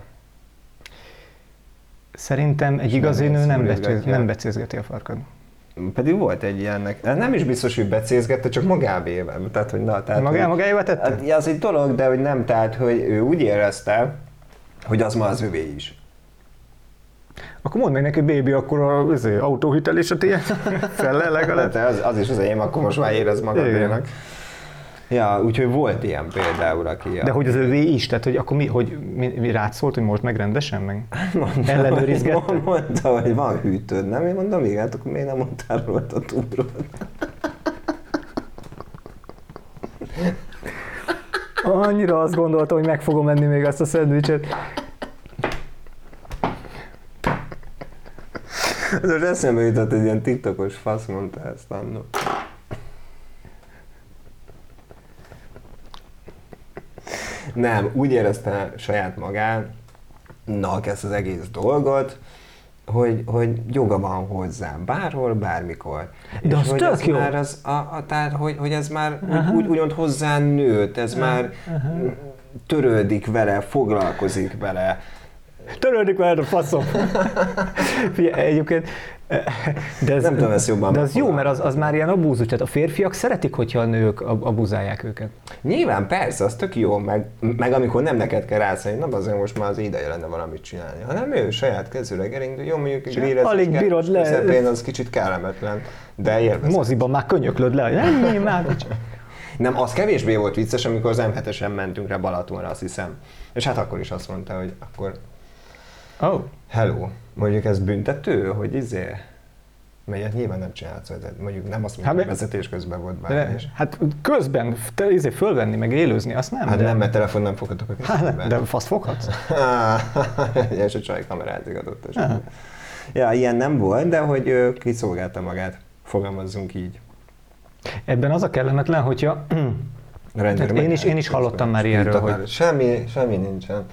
Szerintem egy És igazi nem nő nem, szúrgatja. becéz, nem becézgeti a farkad. Pedig volt egy ilyennek. Nem is biztos, hogy becézgette, csak magávével. Tehát, hogy na, tehát, Magá, hogy, magáévá tette? hát, ja, az egy dolog, de hogy nem, tehát, hogy ő úgy érezte, hogy az ma az övé is. Akkor mondd meg neki, baby, akkor az autóhitel is a tiéd? Felle legalább? De az, az is az enyém, akkor most már érez magadénak. Ja, úgyhogy volt ilyen például, aki... De hogy az övé is, tehát hogy akkor mi, hogy mi, mi rád szólt, hogy most meg rendesen meg? Ellenőrizgette? Mondta, hogy van hűtőd, nem? Én mondom, igen, hát akkor miért nem mondtál róla a túról? Annyira azt gondoltam, hogy meg fogom enni még azt a szendvicset. Ez most eszembe jutott, egy ilyen tiktokos fasz mondta ezt annól. Nem, úgy érezte saját magának ezt az egész dolgot, hogy, hogy joga van hozzá, bárhol, bármikor. De és az hogy tök ez jó. Már az, a, a, tehát, hogy, hogy ez már úgy, úgy, úgymond hozzá nőtt, ez már törődik vele, foglalkozik vele. Törődik veled a faszom. Figyelj, egyébként, de ez, Nem tudom ezt jobban de az jó, megfogalmazni. mert az, az már ilyen abúzus, tehát a férfiak szeretik, hogyha a nők ab- abuzálják őket. Nyilván persze, az tök jó, meg, meg amikor nem neked kell rászállni, nem azért most már az ideje lenne valamit csinálni, hanem ő saját kezűleg gerindül, jó mondjuk egy grillezés Alig bírod le. közepén, az kicsit kellemetlen, de élvezett. Moziban már könyöklöd le, hogy nem, én már nincs. Nem, az kevésbé volt vicces, amikor az em hetesen mentünk rá Balatonra, azt hiszem. És hát akkor is azt mondta, hogy akkor Oh. hello, mondjuk ez büntető, hogy izé, melyet nyilván nem csinálsz, vezet. Mondjuk nem azt mondjuk, Hát, hogy de- vezetés közben volt De, bármi is. hát közben te, izé, fölvenni, meg élőzni, azt nem. Hát de, nem, mert telefon nem foghatok a Hát, kezembe. de azt foghatsz. És a csaj kamerázik adott esetben. Ja, ilyen nem volt, de hogy ő kiszolgálta magát, fogalmazzunk így. Ebben az a kellemetlen, hogyha hát én is, én is hallottam már ilyenről, hogy... Semmi, semmi nincsen.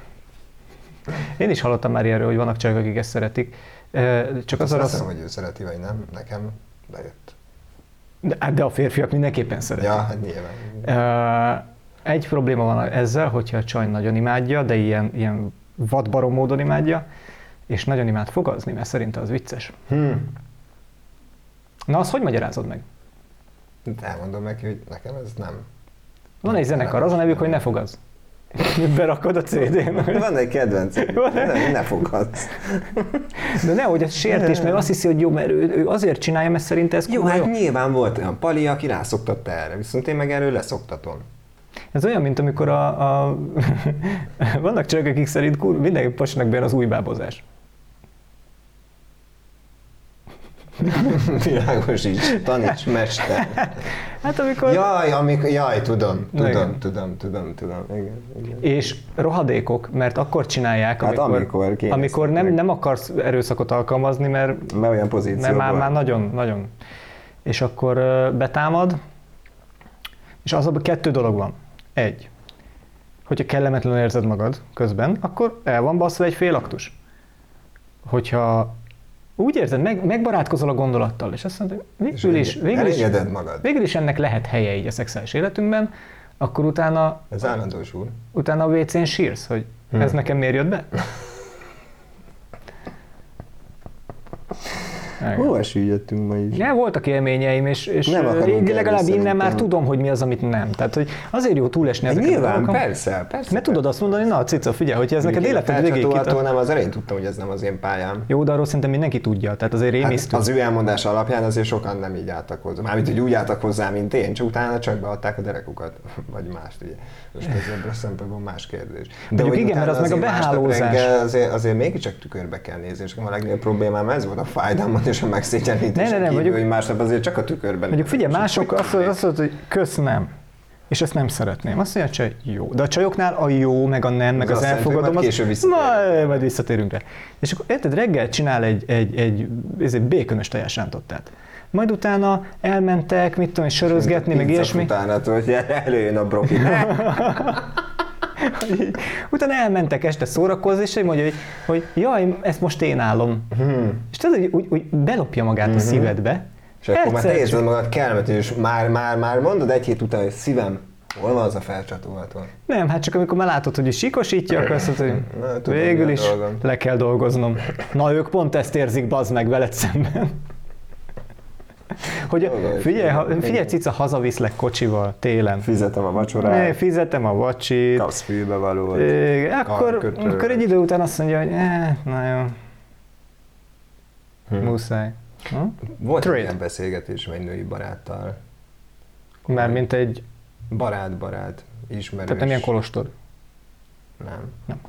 Én is hallottam már ilyenről, hogy vannak csajok, akik ezt szeretik. Csak az azt az... hiszem, hogy ő szereti, vagy nem. Nekem bejött. De, de a férfiak mindenképpen szeretik. Ja, hát nyilván. Egy probléma van ezzel, hogyha a csaj nagyon imádja, de ilyen, ilyen vadbarom módon imádja, és nagyon imád fogazni, mert szerinte az vicces. Hmm. Na, azt hogy magyarázod meg? Elmondom neki, hogy nekem ez nem. Van egy zenekar, az a nevük, hogy ne fogazz. Berakod a cé dén. Van egy kedvenc, ne, ne fogadsz. De nehogy ez sértés, mert azt hiszi, hogy jó, mert ő, ő azért csinálja, mert szerint ez jó. Hát nyilván volt olyan pali, aki rászoktatta erre, viszont én meg erről leszoktatom. Ez olyan, mint amikor a... a vannak csajok, akik szerint kur, mindenki pasnak bejön az új bábozás. Világosíts, taníts, mester. Hát amikor... Jaj, amikor, jaj, tudom, tudom, igen. tudom, tudom, tudom, igen, igen. És rohadékok, mert akkor csinálják, hát amikor, amikor, amikor nem, nem akarsz erőszakot alkalmazni, mert, mert olyan pozícióban. mert már, már nagyon, nagyon. És akkor betámad, és az abban kettő dolog van. Egy, hogyha kellemetlenül érzed magad közben, akkor el van baszva egy fél aktus. Hogyha úgy érzed, meg, megbarátkozol a gondolattal, és azt mondod, végül is, végül is, magad. végül is ennek lehet helye így a szexuális életünkben, akkor utána, ez állandós úr. Utána a vécén sírsz, hogy hmm. ez nekem miért jött be? Hova jöttünk ma is? Ja, voltak élményeim, és, és én legalább innen már tudom, hogy mi az, amit nem. Tehát, hogy azért jó túlesni ezeket nyilván, a dolgokon. persze, persze. Mert tudod azt mondani, na cica, figyelj, hogyha ez neked életed végéig kitart. Nem, az elején tudtam, hogy ez nem az én pályám. Jó, de arról szerintem mindenki tudja, tehát azért rémisztő. Hát az ő elmondás alapján azért sokan nem így álltak hozzá. Mármint, hogy úgy álltak hozzá, mint én, csak utána csak beadták a derekukat, vagy mást, ugye. Most ez szempontból más kérdés. De mondjuk igen, mert az meg a behálózás. Azért, azért mégiscsak tükörbe kell nézni, és a legnagyobb problémám ez volt a fájdalmat és a megszégyenítés. Ne, ne, ne, mondjuk, hogy másnap azért csak a tükörben. Mondjuk figyelj, mások azt mondod, hogy kösz nem. És ezt nem szeretném. Azt mondja, hogy jó. De a csajoknál a jó, meg a nem, meg az, az elfogadom, az... Később visszatérünk. Majd, majd visszatérünk rá. És akkor érted, reggel csinál egy, egy, egy, egy békönös tojásrántottát. Majd utána elmentek, mit tudom, sörözgetni, meg ilyesmi. Utána, hogy előjön a broki. Utána elmentek este szórakozni, és mondja, hogy, hogy jaj, ezt most én állom. Hmm. És tudod, hogy úgy, úgy belopja magát hmm. a szívedbe. És akkor már te érzed magad kellemetlen, és már, már, már mondod egy hét után, hogy szívem, hol van az a felcsatolható? Nem, hát csak amikor már látod, hogy sikosítja, akkor azt mondod, hogy Na, tudom, végül is dolgom. Le kell dolgoznom. Na, ők pont ezt érzik, bazd meg veled szemben. Hogy figyelj, ha, figyelj, cica, hazaviszlek kocsival télen. Fizetem a vacsorát. Ne, fizetem a vacsit. Kapsz fülbevalót. Akkor, akkor egy idő után azt mondja, hogy eh, na jó. Hm. Muszáj. Hm? Volt egy ilyen beszélgetés egy női baráttal. Mármint egy... Barát-barát, ismerős. Tehát nem ilyen kolostor? Nem. Nem.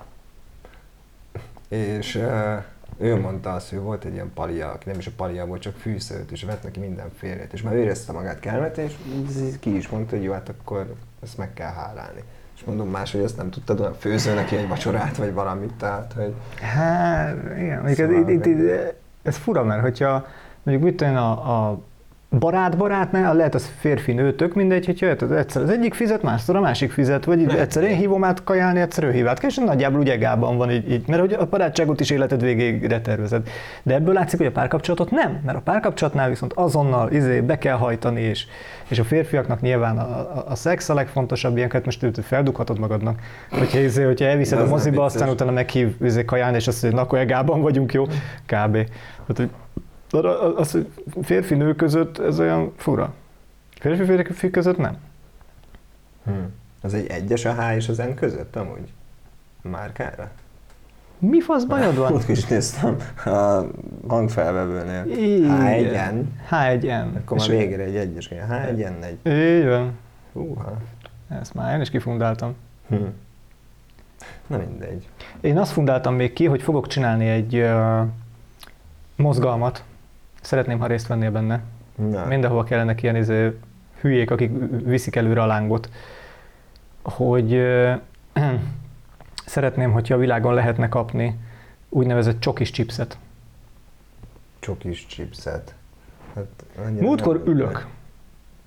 És uh, ő mondta azt, hogy volt egy ilyen palia, aki nem is a palia volt, csak fűszőt, és vett neki mindenfélét, és már ő érezte magát kellemetlen, és ki is mondta, hogy jó, hát akkor ezt meg kell hálálni. És mondom más, hogy ezt nem tudtad, olyan főző neki egy vacsorát, vagy valamit, tehát, hogy... Hát, igen, szóval itt, itt, itt, ez fura, mert hogyha mondjuk mit tudom, a, a barát-barátnál, lehet az férfi-nő, tök mindegy, hogy jöhet, egyszer az egyik fizet, másszor a másik fizet, vagy nem, egyszer én hívom át kajálni, egyszer ő hív át, és nagyjából úgy egában van így, így, mert hogy a barátságot is életed végéigre tervezed. De ebből látszik, hogy a párkapcsolatot nem, mert a párkapcsolatnál viszont azonnal izé be kell hajtani, és, és a férfiaknak nyilván a, a, a szex a legfontosabb, ilyenket most dughatod magadnak. Hogyha, izé, hogyha elviszed a moziba, aztán utána meghív izé kajálni, és azt mondja, na akkor egában vagyunk, jó? Kb. Hát, az, hogy férfi-nő között ez olyan fura. Férfi-férfi között nem. Hmm. Az egy egyes a H és az N között amúgy? Márkára? Mi fasz bajod van? Ott is néztem a hangfelvevőnél. H egy N. H egy N. Akkor már végére egy egyes. H egy N egy. Így van. Húha. Ezt már én is kifundáltam. Hmm. Na mindegy. Én azt fundáltam még ki, hogy fogok csinálni egy uh, mozgalmat. Szeretném, ha részt vennél benne. Na. Mindenhova kellene ilyen izé, hülyék, akik viszik előre a lángot. Hogy uh, szeretném, hogyha a világon lehetne kapni úgynevezett csokis chipset. Csokis chipset. Hát, múltkor ülök.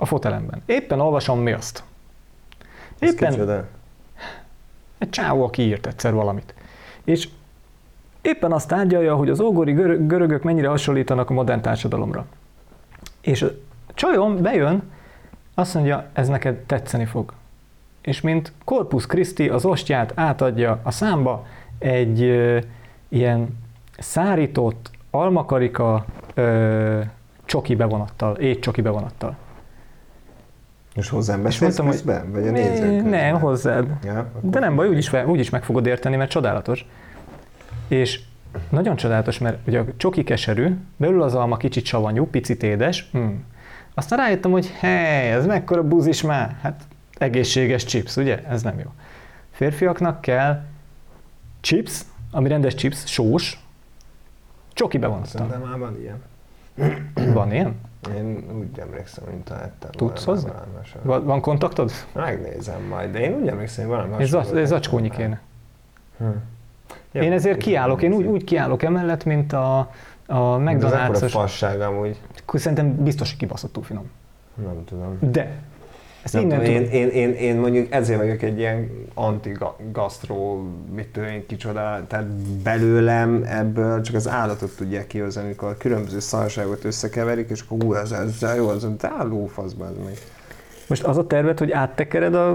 a fotelemben. Éppen olvasom mi azt. Éppen egy csávó, aki írt egyszer valamit. És éppen azt tárgyalja, hogy az ógori görö- görögök mennyire hasonlítanak a modern társadalomra. És a csajom bejön, azt mondja, ez neked tetszeni fog. És mint Corpus Christi az ostját átadja a számba egy ö, ilyen szárított almakarika ö, csoki bevonattal, étcsoki bevonattal. És hozzám beszélsz közben? Vagy a nézők közben? Nem, hozzád. Ja, de nem baj, úgyis, úgyis meg fogod érteni, mert csodálatos. És nagyon csodálatos, mert ugye a csoki keserű, belül az alma kicsit savanyú, picit édes. Hmm. Aztán rájöttem, hogy hely, ez mekkora buzis már. Hát egészséges chips, ugye? Ez nem jó. Férfiaknak kell chips, ami rendes chips, sós, csoki bevonattal. Szerintem már van ilyen. Van ilyen? Én úgy emlékszem, mint találtam. Tudsz hozzá? Van, van kontaktod? Megnézem majd, de én úgy emlékszem, hogy valami Ez, zac, ez zacskónyi kéne. Hm. Én ezért kiállok, én úgy, úgy kiállok emellett, mint a, a McDonald's-os. Ez akkora fasság amúgy. Szerintem biztos, hogy kibaszottul finom. Nem tudom. De. Ezt nem innen tudom, tudom. én, én, én, én mondjuk ezért vagyok egy ilyen anti-gasztró, mit tudom én, kicsoda, tehát belőlem ebből csak az állatot tudják kihozni, amikor a különböző szarságot összekeverik, és akkor hú, ez ezzel jó, az a lófaszban ez meg. Most az a terved, hogy áttekered a...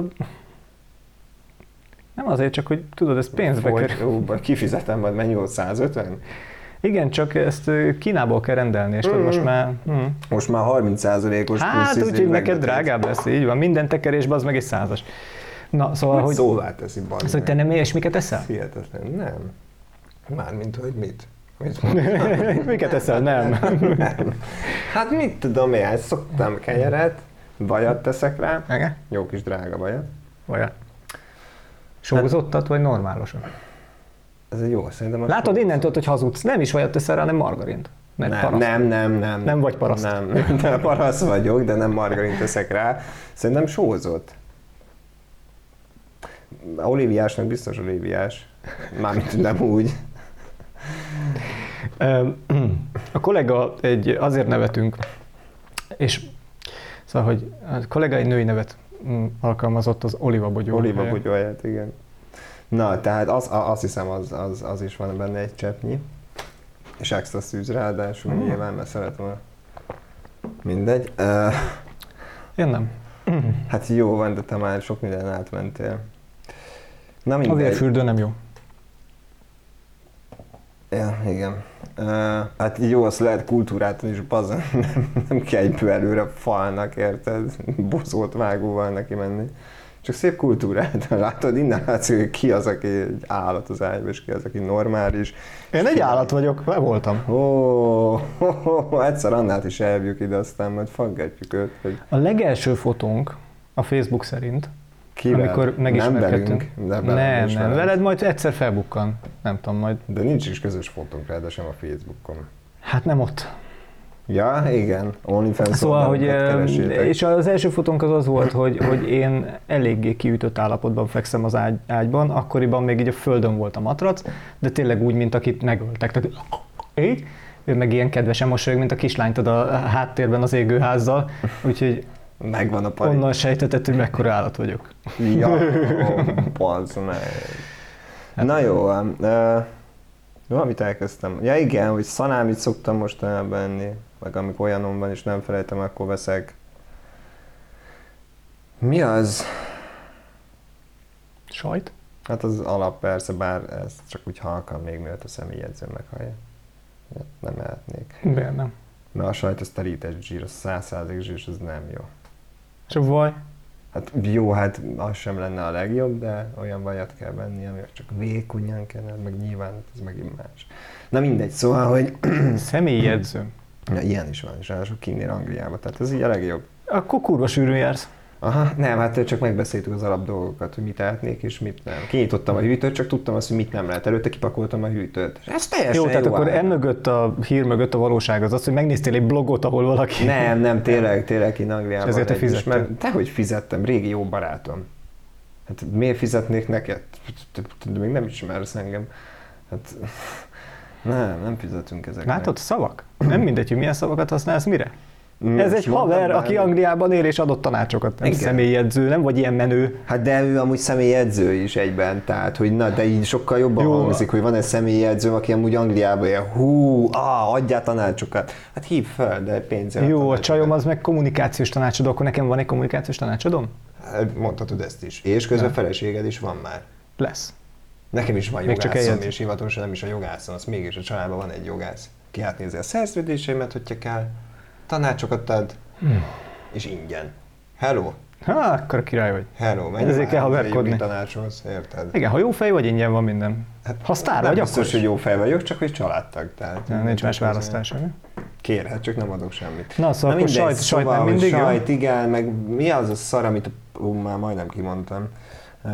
Nem azért, csak hogy tudod, ez pénzbe kerül. Kifizetem majd, mennyi volt, százötven? Igen, csak ezt Kínából kell rendelni, és mm. most már... Mm. Most már harminc százalékos plusz. Hát úgyhogy neked drágább lesz, így van. Minden tekerésben az meg egy százas. Na, szóval, hogy... Szóvá teszi, bazd meg. Szóval te nem ilyesmiket eszel? Hihetetlen, nem. Mármint, hogy mit? Mit Miket eszel? Nem. nem. Hát mit tudom én, szoktam kenyeret, vajat teszek rá. Igen? Jó kis drága vajat. Vajat. Sózottat, vagy normálosat? Ez egy jó, szerintem... Látod, sózot. Innen tudod, hogy hazudsz. Nem is vajat teszel rá, hanem margarint. Nem, nem, nem, nem, nem. Nem vagy paraszt. Nem, nem, paraszt vagyok, de nem margarint teszek rá. Szerintem sózott. Olíviásnak biztos olíviás. Mármint nem úgy. A kollega egy, azért nevetünk, és szóval, hogy a kollega egy női nevet alkalmazott az olivabogyó. Olivabogyó helyett, igen. Na, tehát az, azt hiszem, az, az, az is van benne egy cseppnyi. És extra szűz ráadásul, mm. nyilván, mert szeretem a... Mindegy. Uh, Én nem. Hát jó van, de te már sok minden átmentél. Na mindegy. A vérfürdő nem jó. Ja, igen. Uh, hát jó, azt lehet kultúrát is, bazen, nem, nem kell egyből előre falnak, érted? Bozolt vágóval neki menni. Csak szép kultúrát. Látod, innen látsz, hogy ki az, aki egy állat az ágyban, és ki az, aki normális. Én egy állat vagyok, már voltam. Ó, oh, oh, oh, egyszer Annát is elvjük ide, aztán majd faggatjuk őt. Hogy... A legelső fotónk a Facebook szerint, kivel? Amikor megismerkedtünk. Nem, nem, nem, veled majd egyszer felbukkan. Nem tudom, majd. De nincs is közös fotónk ráadásul a Facebookon. Hát nem ott. Ja, igen. OnlyFans szóval, hogy, és az első fotónk az az volt, hogy, hogy én eléggé kiütött állapotban fekszem az ágy, ágyban, akkoriban még így a földön volt a matrac, de tényleg úgy, mint akit megöltek. Tehát így, ő meg ilyen kedvesen mosolyog, mint a kislánytad a háttérben az égőházzal, úgyhogy megvan a pari. Onnan sejtetett, hogy mekkora állat vagyok. Ja, bazd meg. Na jó, uh, valamit elkezdtem. Ja igen, hogy szalámit szoktam mostanában enni, meg amikor olyanom van és nem felejtem, akkor veszek. Mi az? Sajt? Hát az alap persze, bár ezt csak úgy halkan még mielőtt a személyjegyzőn meghallja. Nem ehetnék. Miért nem? Mert a sajt az terítés zsír, az száz százalék zsír, és az nem jó. És a vaj? Hát jó, hát az sem lenne a legjobb, de olyan vajat kell venni, ami csak vékonyan kell, meg nyilván ez megint más. Na mindegy, szóval, hogy... Személyjegyző. Ja, ilyen is van, és ráadásul kinnél Angliába, tehát ez így a legjobb. Akkor kurva sűrűn jársz. Aha, nem, hát csak megbeszéltük az alap dolgokat, hogy mit ehetnék és mit nem. Kinyitottam a hűtőt, csak tudtam azt, hogy mit nem lehet. Előtte kipakoltam a hűtőt. Ez teljesen jó, tehát jó akkor áll. emögött a hír mögött a valóság az az, hogy megnéztél egy blogot, ahol valaki... Nem, nem, tényleg, tényleg ki Angliában. És ezért te fizettem. Tehogy fizettem, régi jó barátom. Hát miért fizetnék neked? De még nem ismersz engem. Hát nem, nem fizetünk ezeknek. Látod, szavak? Nem mindegy, hogy milyen szavakat használsz, mire? Ez egy haver, aki már. Angliában él és adott tanácsokat, nem Igen. személyedző, nem vagy ilyen menő. Hát de ő amúgy személyedző is egyben, tehát hogy na, de így sokkal jobban Jó. hangzik, hogy van egy személyedző, aki amúgy Angliában él, hú, á, adjál tanácsokat. Hát hív fel, de pénzzel. Jó, a csajom az meg kommunikációs tanácsadó, akkor nekem van egy kommunikációs tanácsadóm? Mondhatod ezt is. És közben Ja. feleséged is van már. Lesz. Nekem is van Még csak jogászom, eljött. és hivatalosan nem is a jogászom, az mégis a családban van egy jogász. Ki átnézi a szerződéseimet, hogyha kell, tanácsokat ad, Hmm. és ingyen. Hello? Ha, akkor király vagy. Hello, menj Ezért már kell jogi haverkodni. tanácshoz, érted? Igen, ha jó fej vagy, ingyen van minden. Ha sztár nem vagy, biztos, akkor hogy is. jó fej vagyok, csak hogy családtag. Tehát Ja, nincs más választás. mi? Kérhet, csak nem adok semmit. Na, szóval akkor mindegy, sajt- sajt nem hogy mindig, jó? sajt, igen, meg mi az a szar, amit ú, már majdnem kimondtam. Uh,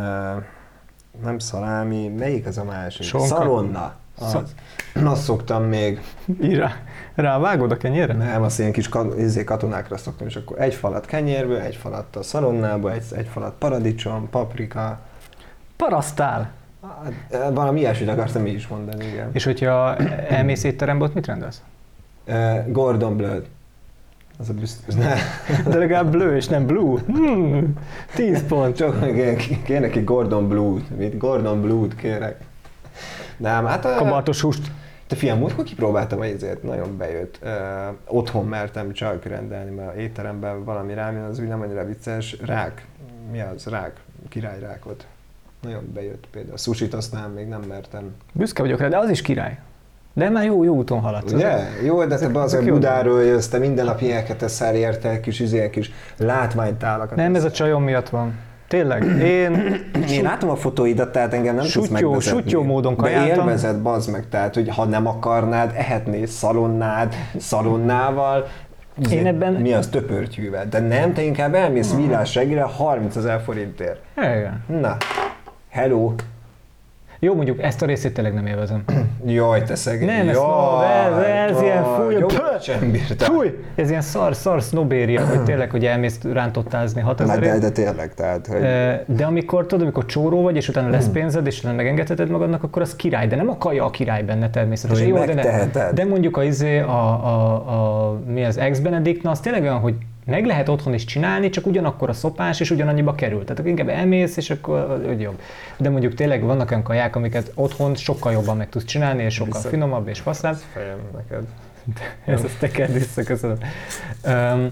nem szalámi, melyik az a másik? Sonka? Szalonna. Az. Szal- Azt szoktam még, Így rá, rá vágod a kenyérre? nem, azt ilyen kis kat, izé, katonákra szoktam, és akkor egy falat kenyérből, egy falat a szalonnából, egy, egy falat paradicsom, paprika. Parasztál! Hát, valami ilyesmit akartam így is mondani, igen. És hogyha elmész étterembe, ott mit rendelsz? Uh, Gordon Blood. Az a biztos. Ne. De legalább blő és nem blue. Hmm, tíz pont. Csak kér neki Gordon Blood. Mit? Gordon Blood kérek. Nem, hát... Uh, Kabatos húst. te fiam, múltkor kipróbáltam ezért, nagyon bejött. Uh, otthon mertem csak rendelni, mert étteremben valami rám jön, az úgy nem annyira vicces. Rák. Mi az? Rák. Királyrákot. Nagyon bejött például. Sushit aztán még nem mertem. Büszke vagyok rá, de az is király. De már jó, jó úton haladsz. Ugye? Jó, de te ezek az a jó Budáról jössz, te minden nap ilyeneket teszel érte, kis izé, kis látványtálakat. Nem, ez a teszel. csajom miatt van. Tényleg, én... Én látom a fotóidat, tehát engem nem tudsz Sutyó- megvezetni. sutyó módon De kajáltam. élvezed, bazd meg, tehát, hogy ha nem akarnád, ehetnél szalonnád, szalonnával, Én ebben- mi az, töpörtyűvel. De nem, te inkább elmész villás reggire harmincezer forintért. Igen. Na, hello. Jó, mondjuk ezt a részét tényleg nem élvezem. Jaj, te szegény. Nem, ez, Jaj, ez, ez jaj, ilyen fúj, jó, pö, sem bírtál. fúj, ez ilyen szar, szar sznobéria, hogy tényleg, hogy elmész rántottázni Hát de, hatezerért. de tényleg, tehát, hogy... De amikor tudod, amikor csóró vagy, és utána lesz pénzed, és utána megengedheted magadnak, akkor az király, de nem a kaja a király benne természetesen. Hogy Jó, de, ne, megteheted. de mondjuk a, izé, a, a, a, mi az ex-Benedict, na az tényleg olyan, hogy meg lehet otthon is csinálni, csak ugyanakkor a szopás, és ugyanannyiba kerül. Tehát akkor inkább elmész, és akkor úgy jobb. De mondjuk tényleg vannak olyan kaják, amiket otthon sokkal jobban meg tudsz csinálni, és sokkal Viszont- finomabb és faszább. Fejem neked. Ez azt tekerd vissza, köszönöm. Um,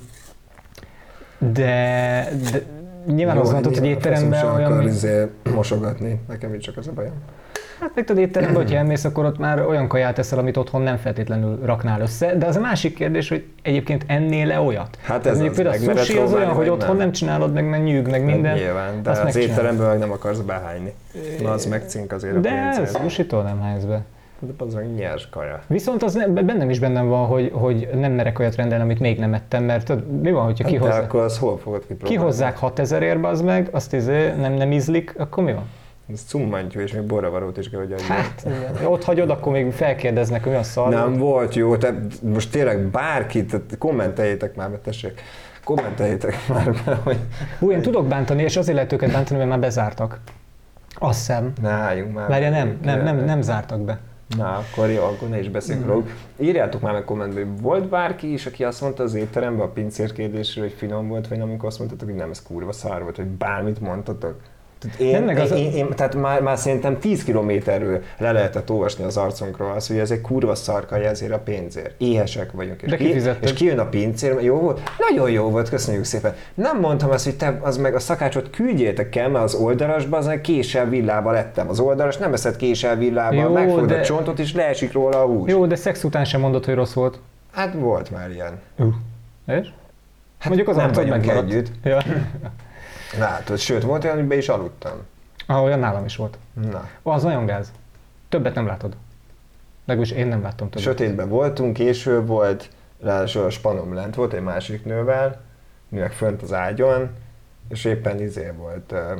de, de nyilván az van, hogy nyilván a étteremben faszom sem olyan... akar mint- izé mosogatni, nekem így csak az a bajom. Hát meg tudod, étterembe, hogyha elmész, akkor ott már olyan kaját eszel, amit otthon nem feltétlenül raknál össze. De az a másik kérdés, hogy egyébként ennél le olyat. Hát ez mondjuk az, például a meg mered sushi az olyan, próbálni, hogy vagy otthon nem? nem csinálod meg, meg nyűg, meg minden. Hát nyilván, de azt az megcsinálod. étteremben meg nem akarsz behányni. Na, az megcink azért a De pénzért. sushitól nem hánysz be. De az meg nyers kaja. Viszont az nem, bennem is bennem van, hogy, hogy nem merek olyat rendelni, amit még nem ettem, mert tudod, mi van, hogyha De kihozzák, akkor az hol fogod kipróbálni? kihozzák hatezerért, az meg, azt izé, nem, nem ízlik, akkor mi van? Ez cummantyú, és még borravarót is kell, hogy adjon. Hát, ott hagyod, akkor még felkérdeznek, hogy olyan szar. Nem volt jó, te most tényleg bárkit, tehát kommenteljétek már, mert tessék, kommenteljétek már be, hogy... Hú, én tudok bántani, és azért lehet őket bántani, mert már bezártak. Azt hiszem. Ne álljunk már. Várja, be, nem, nem, nem, kérlek. nem zártak be. Na, akkor jó, akkor ne is beszéljünk róluk. Írjátok már meg kommentben, hogy volt bárki is, aki azt mondta az étteremben a pincérkérdésről, hogy finom volt, vagy nem, amikor azt mondtatok, hogy nem, ez kurva szar volt, vagy bármit mondtatok. Tehát én, Nem, meg az én, a- én, én, tehát már, már szerintem tíz kilométerről le lehetett olvasni az arcunkról az, hogy ez egy kurva szarkaja ezért a pénzért. Éhesek vagyunk. És, De kifizetted. és kijön a pincér, jó volt? Nagyon jó volt, köszönjük szépen. Nem mondtam azt, hogy te az meg a szakácsot küldjétek el, mert az oldalasban az egy késsel villával ettem. Az oldalas nem eszed késsel villával, Jó, megfogod de- a csontot és leesik róla a hús. Jó, de szex után sem mondod, hogy rossz volt. Hát volt már ilyen. Uh. És? Hát mondjuk az nem arcod vagyunk megmaradt. együtt. Ja. Látod, sőt, volt olyan, hogy be is aludtam. Ah, olyan nálam is volt. Na. Az nagyon gáz. Többet nem látod. Legalábbis én nem láttam többet. Sötétben voltunk, késő volt, ráadásul a spanom lent volt egy másik nővel, mi meg fönt az ágyon, és éppen izé volt. Uh,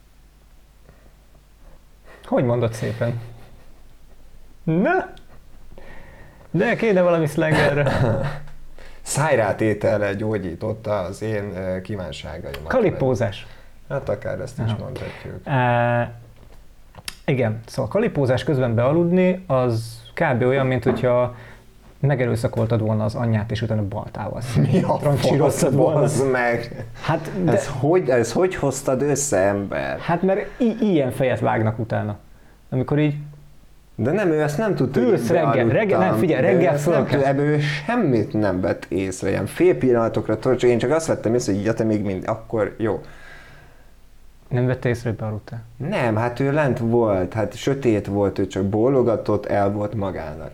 Hogy mondod szépen? Na? De kéne valami szlengerre. szájrátétellel gyógyította az én uh, kívánságaimat. Kalipózás. Hát akár ezt is Aha. mondhatjuk. Uh, igen, szóval kalipózás közben bealudni, az kb. Olyan, mint hogyha megerőszakoltad volna az anyját, és utána baltával Mi a trancsíroztad volna. fasz meg? Hát, de, Ez hogy, ez hogy hoztad össze, ember? hát mert i- ilyen fejet vágnak utána. Amikor így De nem, ő ezt nem tudta, hogy ülsz én reggel, bealudtam. reggel, nem figyelj, De ő reggel ezt nem fölkelsz. tud- Ebből ő semmit nem vett észre, ilyen fél pillanatokra, tudod, csak én csak azt vettem észre, hogy ja, te még mind, akkor jó. Nem vette észre, hogy bealudtál? Nem, hát ő lent volt, hát sötét volt, ő csak bólogatott, el volt magának.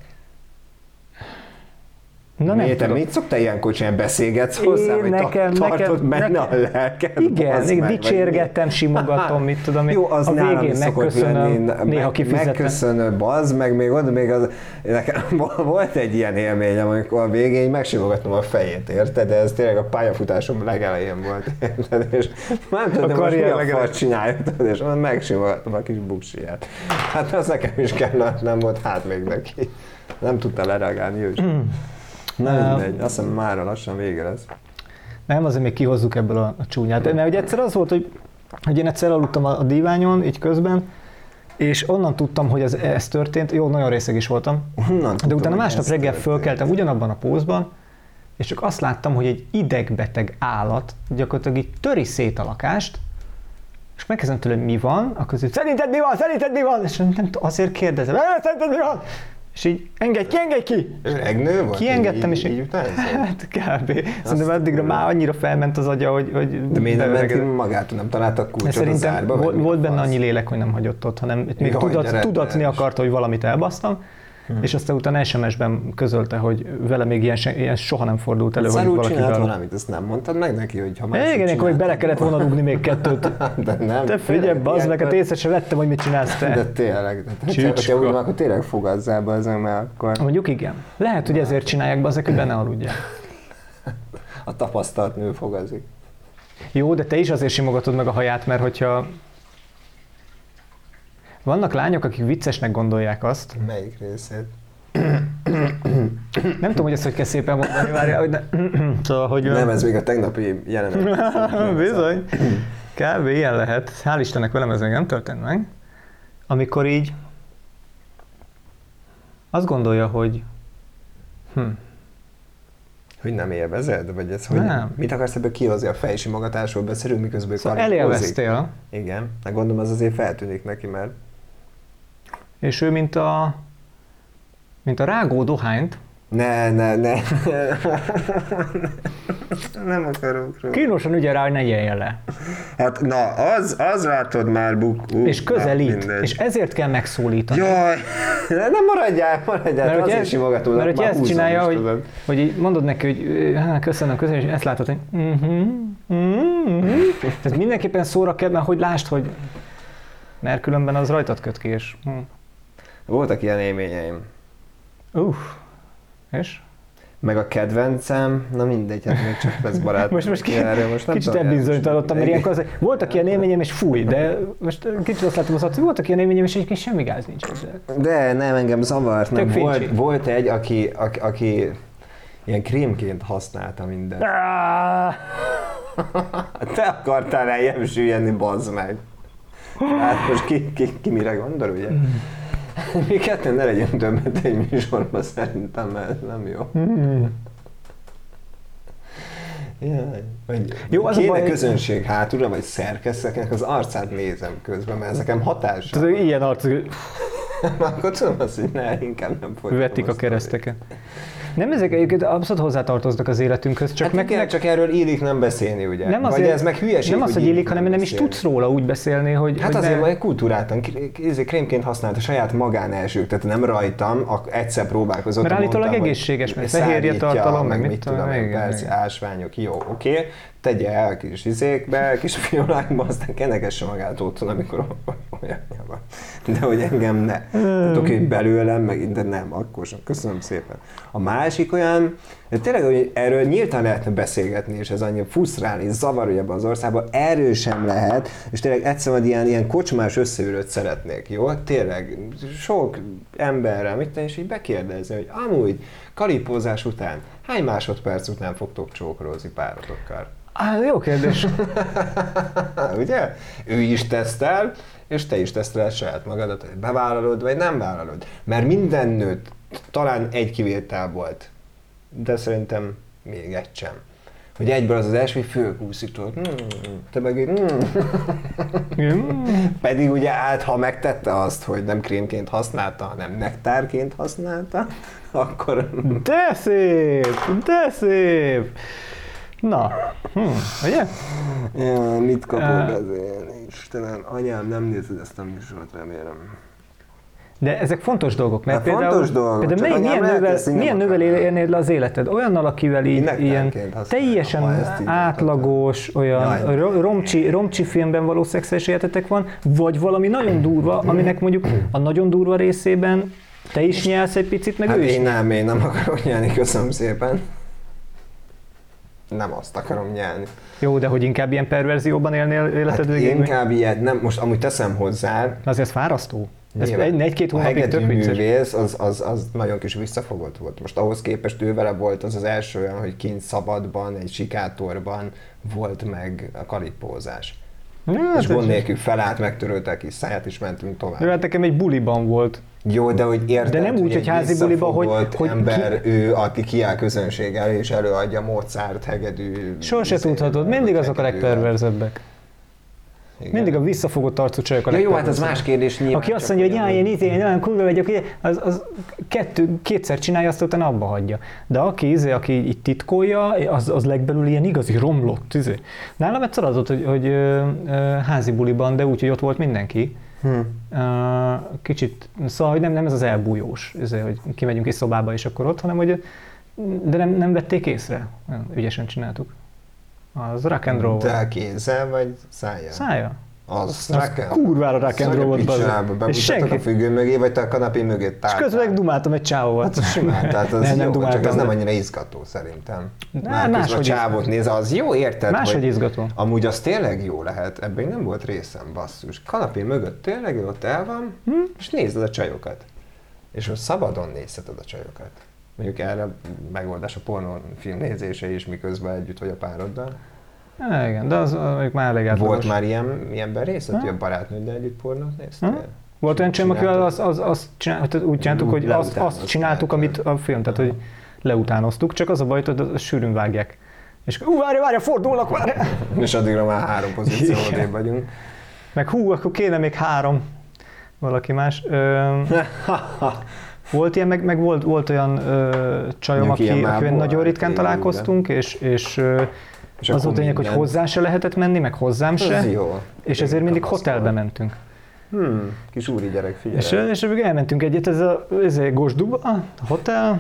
Na nem Miért, te tudom. mit szoktál ilyenkor csinálni? Beszélgetsz hozzá, Én vagy nekem- ta- tartod nekem- benne nekem- a lelked? Igen, bazd még meg, vagy dicsérgettem, mi? simogatom, mit tudom én. Jó, az a nálam végén is szokott lenni, megköszönöm, néha meg, kifizetem. megköszönöm, bazd meg, még oda még az, nekem volt egy ilyen élményem, amikor a végén megsimogattam a fejét, érted? De ez tényleg a pályafutásom legelején volt, érted? És nem tudom, de most mi karrier a legelején. fasz csináljuk, és onnan megsimogattam a kis buksiját. Hát az nekem is kellett, nem volt hát még neki. Nem tudta lereagálni ő is. Na mindegy, azt hiszem mára lassan vége lesz. Nem, azért még kihozzuk ebből a, a csúnyát. Mert ugye egyszer az volt, hogy, hogy én egyszer aludtam a, a díványon, így közben, és onnan tudtam, hogy ez, ez történt. Jó, nagyon részeg is voltam. Honnan De tudtam, utána hogy másnap ez reggel történt? fölkeltem ugyanabban a pózban, és csak azt láttam, hogy egy idegbeteg állat gyakorlatilag így töri szét a lakást, és megkezdem tőle, mi van, akkor az, szerinted mi van, szerinted mi van? És nem tudom, azért kérdezem, szerinted mi van? És így, engedj ki, engedj ki! Öreg nő volt? Kiengedtem, így, és így, így utánzol? hát kb. Szerintem addigra már annyira felment az agya, hogy, hogy De miért nem ment ki beöregedett. magától, nem találtak Mert kulcsot a szerintem zárba? volt, vagy mi a volt benne fasz? annyi lélek, hogy nem hagyott ott, hanem még Jaj, tudat, de tudatni rettenes. akarta, hogy valamit elbasztam, hmm. és aztán utána es em es-ben közölte, hogy vele még ilyen, se- ilyen soha nem fordult elő, hogy Szarul valaki csinált bealudt. valamit, ezt nem mondtad meg neki, hogy ha Igen, máshogy akkor még bele csináltad kellett volna rúgni még kettőt. De nem. Te figyelj, tényleg, bazd meg, hát ilyenkor- észre sem vettem, hogy mit csinálsz te. De tényleg, de te, Csicska. te úgy, akkor tényleg fogazzál be azon, mert akkor Mondjuk igen. Lehet, hogy ezért csinálják be azok, hogy benne aludják. a tapasztalt nő fogazik. Jó, de te is azért simogatod meg a haját, mert hogyha vannak lányok, akik viccesnek gondolják azt, Melyik részét? nem tudom, hogy ezt hogy kell szépen mondani, várjál, hogy ne... Szóval, hogy... Nem, ez még a tegnapi jelenet. Bizony. Kb. Ilyen lehet. Hál' Istennek velem ez még nem történt meg. Amikor így azt gondolja, hogy hm, Hogy nem élvezed? Vagy ez hogy Nem. Mit akarsz ebből kihozni? A fejsimogatásról beszélünk, miközben szóval karikózik? elélveztél, Igen, meg gondolom az azért feltűnik neki, mert és ő mint a mint a rágó dohányt, ne, ne, ne. Nem akarok róla. kínosan ügyel rá, hogy ne éljen le. Hát na, az, az látod már buk. Uh, És közelít, na, mindegy. és ezért kell megszólítani. Jaj, nem maradjál, maradjál, Mert te hogy azért ez, simogatod, mert már hogy ezt húzom csinálja, is, hogy, tudod. hogy így mondod neki, hogy hát köszönöm, köszönöm, és ezt látod, hogy mhm, mhm. Tehát mindenképpen szóra kell, mert hogy lásd, hogy mert különben az rajtad köt ki, és hm. Voltak ilyen élményeim. Uff, és? Meg a kedvencem, na mindegy, hát még csak lesz barát. Most, most, ki, Erről most nem kicsit tudom, elbizonytalanodtam, mert igen. ilyenkor az, voltak ilyen élményem, és fúj, de most kicsit azt látom, hogy voltak ilyen élményem, és egyébként semmi gáz nincs hozzá. De nem, engem zavart, nem. Tök Volt, fincsi. volt egy, aki, aki, aki ilyen krémként használta mindent. Te akartál el süllyedni, bazd meg. Hát most ki, ki, ki mire gondol, ugye? Mi ketten ne legyünk többet egy műsorban szerintem, mert ez nem jó. Jaj. Vagy Jó, az a kéne baj- közönség hátulra, vagy szerkeszteknek az arcát nézem közben, mert ezeken hatással. Tehát ilyen arc, Akkor tudom azt, hogy ne, inkább nem folytatom. vetik a azt, kereszteket. Nem, ezek egyébként abszolút hozzátartoznak az életünkhöz, csak Csak, hát meg, igen, meg csak erről illik nem beszélni, ugye? nem Vagy azért, ez meg hülyeség, nem az, hogy illik, hanem nem is beszélni. tudsz róla úgy beszélni, hogy... Hát hogy azért ne... majd kultúráltan, ezért krémként használta saját magánelsők, tehát nem rajtam, ak- egyszer próbálkozott. Mert állítólag mondtam, hogy egészséges, mert fehérje szállítja, tartalom, meg meg mit tudom, tudom, én, igen, persze, igen. ásványok, jó, oké, tegye el kis izékbe, kis fiolákba, aztán kenegesse magát otthon, amikor olyan van. De hogy engem ne. Tehát oké, hogy belőlem, meg de nem, akkor sem. Köszönöm szépen. A másik olyan, de tényleg, hogy erről nyíltan lehetne beszélgetni, és ez annyi frusztrálni, zavar, hogy ebben az országban, erről sem lehet, és tényleg egyszer majd ilyen, ilyen kocsmás összeülőt szeretnék, jó? Tényleg, sok emberrel, mit tenni, és így bekérdezni, hogy amúgy kalipózás után, hány másodperc után fogtok csókolózni párotokkal? Á, jó kérdés. Ugye? Ő is tesztel, és te is teszteled saját magadat, hogy bevállalod, vagy nem vállalod. Mert minden nőt talán egy kivétel volt, de szerintem még egy sem. Hogy egyből az az első, hogy fölkúszítod, mm, te meg így, mm. Pedig ugye át, ha megtette azt, hogy nem krémként használta, hanem nektárként használta, akkor... De szép, de szép! Na, hm, ugye? Ja, mit kapok uh, ezért? Istenem, anyám, nem nézed ezt a műsort, remélem. De ezek fontos dolgok, mert hát például, fontos dolgok, például mely, milyen, nővel, milyen nővel élnéd le az életed? Olyannal, akivel így, ilyen teljesen átlagos, olyan romcsi, romcsi filmben való szexuális életetek van, vagy valami nagyon durva, aminek mondjuk a nagyon durva részében te is nyelsz egy picit, meg hát ő is. Én nem, én nem akarok nyelni, köszönöm szépen. Nem azt akarom nyelni. Jó, de hogy inkább ilyen perverzióban élnél életed hát végén? Inkább ilyen, nem, most amúgy teszem hozzá. Az ez fárasztó? Ez egy, egy-két hónapig tök vicces. A művész, az, az, az nagyon kis visszafogott volt. Most ahhoz képest ő vele volt az az első olyan, hogy kint szabadban, egy sikátorban volt meg a karipózás. Ja, és gond nélkül felállt, megtörölte a kis száját, és mentünk tovább. Jó, hát nekem egy buliban volt. Jó, de hogy érted, de nem úgy, hogy házi buliban, hogy, hogy ember, ki... ő, aki kiáll közönség elé, és előadja Mozart, hegedű... Sose tudhatod, mindig azok a legperverzebbek. Igen. Mindig a visszafogott arcú csajok a ja, jó, hát az más kérdés nyilván. Aki azt mondja, hogy jaj, én izé, olyan kurva vagyok, az, az kettő, kétszer csinálja, azt utána abba hagyja. De aki, izé, aki így titkolja, az, az legbelül ilyen igazi romlott. Izé. Nálam egyszer az volt, hogy, hogy ö, ö, házi buliban, de úgy, hogy ott volt mindenki. Hmm. Uh, kicsit, szóval, hogy nem, nem ez az elbújós, izé, hogy kimegyünk egy szobába és akkor ott, hanem hogy de nem, nem vették észre. Ügyesen csináltuk. Az rock and roll. De kézzel vagy szájjal? Szájjal. Az, az kurvára rock and roll volt. Bebújtatok a függő mögé, vagy te a kanapé mögé tártál? És közben dumáltam egy csávóval. Hát simán, tehát az nem, jó, nem csak ez nem annyira izgató szerintem. Már közben a csávót néz, az jó, érted? Máshogy izgató. Amúgy az tényleg jó lehet, ebben nem volt részem, basszus. Kanapé mögött tényleg ott el van, hm? És nézd a csajokat. És most szabadon nézheted a csajokat. Mondjuk erre megoldás a pornófilm nézése is, miközben együtt vagy a pároddal. Ja, igen, de az mondjuk már elég átlagos. Volt már ilyen, ilyenben részlet, hogy a barátnőddel együtt pornót néztél? Volt olyan csém, akivel azt az, az csinál, úgy csináltuk, hogy azt, azt csináltuk, amit a film, tehát hogy leutánoztuk, csak az a baj, hogy az sűrűn vágják. És ú, várja, várja, fordulnak, várja! És addigra már három pozíció odébb vagyunk. Meg hú, akkor kéne még három. Valaki más. Ö, volt ilyen, meg, meg volt, volt olyan ö, csajom, aki, akivel nagyon ritkán találkoztunk, és, és És az volt lényeg, hogy hozzá se lehetett menni, meg hozzám se, jó. És ezért Én mindig hotelbe mentünk. Hmm, kis úri gyerek, figyelj. És, és elmentünk egyet, ez a, ez a Gosduba, a hotel,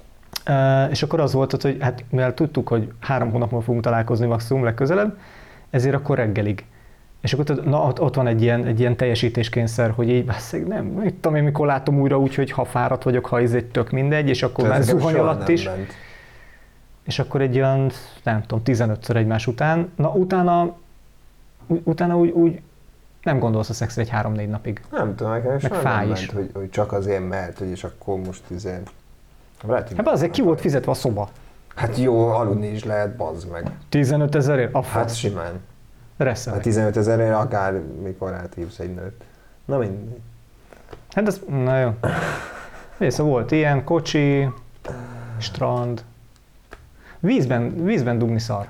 és akkor az volt, hogy hát mivel tudtuk, hogy három hónapban fogunk találkozni maximum legközelebb, ezért akkor reggelig. És akkor na, ott van egy ilyen, egy ilyen teljesítéskényszer, hogy így, basszeg, nem, mit tudom én, mikor látom újra úgy, hogy ha fáradt vagyok, ha ez egy tök mindegy, és akkor már zuhany alatt is. Ment. És akkor egy olyan, nem tudom, tizenötször egymás után, na utána, utána úgy, úgy nem gondolsz a szexre egy három-négy napig. Nem tudom, nekem meg fáj nem is. Ment, hogy, hogy csak azért mert, hogy és akkor most izé... Hát azért ki volt fizetve a szoba. Hát jó, aludni is lehet, bazd meg. tizenöt ezerért? A hát simán. Reszelek. Hát tizenöt ezerért akár mikor áthívsz egy nőt. Na mindegy. Hát ez, na jó. Vissza volt ilyen, kocsi, strand. Vízben, vízben dugni szar.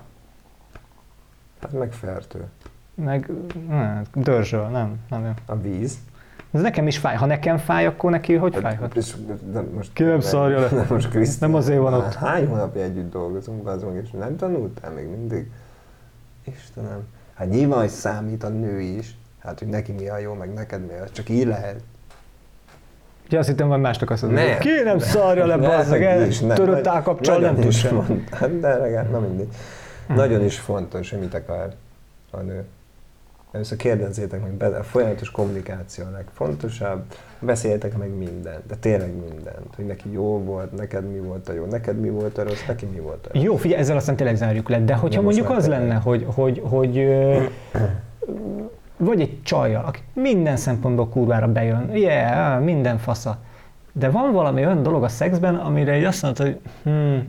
Hát meg fertő. Meg ne, dörzsöl, nem, nem jó. A víz? Ez nekem is fáj. Ha nekem fáj, akkor neki hogy fájhat? Most ki nem szarja le. Most Krisztián, nem azért van ott. Hány hónapja együtt dolgozunk, az meg, és nem tanultál még mindig? Istenem. Hát nyilván, hogy számít a nő is. Hát, hogy neki mi a jó, meg neked mi a, csak így lehet. Ja, azt hittem, hogy másnak azt mondod, ki nem szarja le, bazzeg, törött állkapcsal, nem tud sem. Hát de legalább, na mindegy. Hmm. Nagyon is fontos, hogy mit akar a nő. Először kérdezzétek meg, a folyamatos kommunikáció a legfontosabb, beszéljetek meg mindent, de tényleg mindent, hogy neki jó volt, neked mi volt a jó, neked mi volt a rossz, neki mi volt a rossz. Jó, figyelj, ezzel aztán tényleg zárjuk le, de hogyha mondjuk az lenne, hogy, hogy, hogy vagy egy csajjal, aki minden szempontból kurvára bejön, yeah, minden fasza, de van valami olyan dolog a szexben, amire így azt mondod, hogy hmm,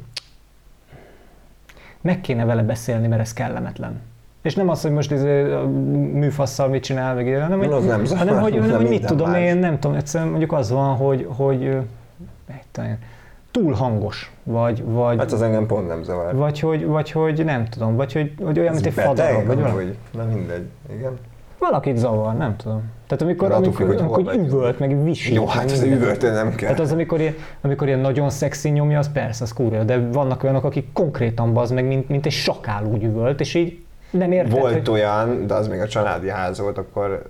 meg kéne vele beszélni, mert ez kellemetlen. És nem az, hogy most ez műfasszal mit csinál, meg ilyen, hanem, hogy, nem hanem hogy, hanem, hogy mit tudom más. Én, nem tudom, egyszerűen mondjuk az van, hogy, hogy túl hangos, vagy, vagy, Hát az engem pont nem zavar. vagy, hogy, vagy hogy nem tudom, vagy hogy, hogy olyan, mint egy fadarab, vagy valami. Na mindegy, igen. Valakit zavar, nem tudom. Tehát amikor, Attól amikor, függ, hogy amikor hol üvölt, meg visít. Jó, hát az üvöltő nem kell. Tehát az, amikor ilyen, amikor ilyen nagyon szexi nyomja, az persze, az kurva, de vannak olyanok, akik konkrétan bazd meg, mint, mint egy sakál úgy üvölt, és így nem érted, Volt hogy... olyan, de az még a családi ház volt, akkor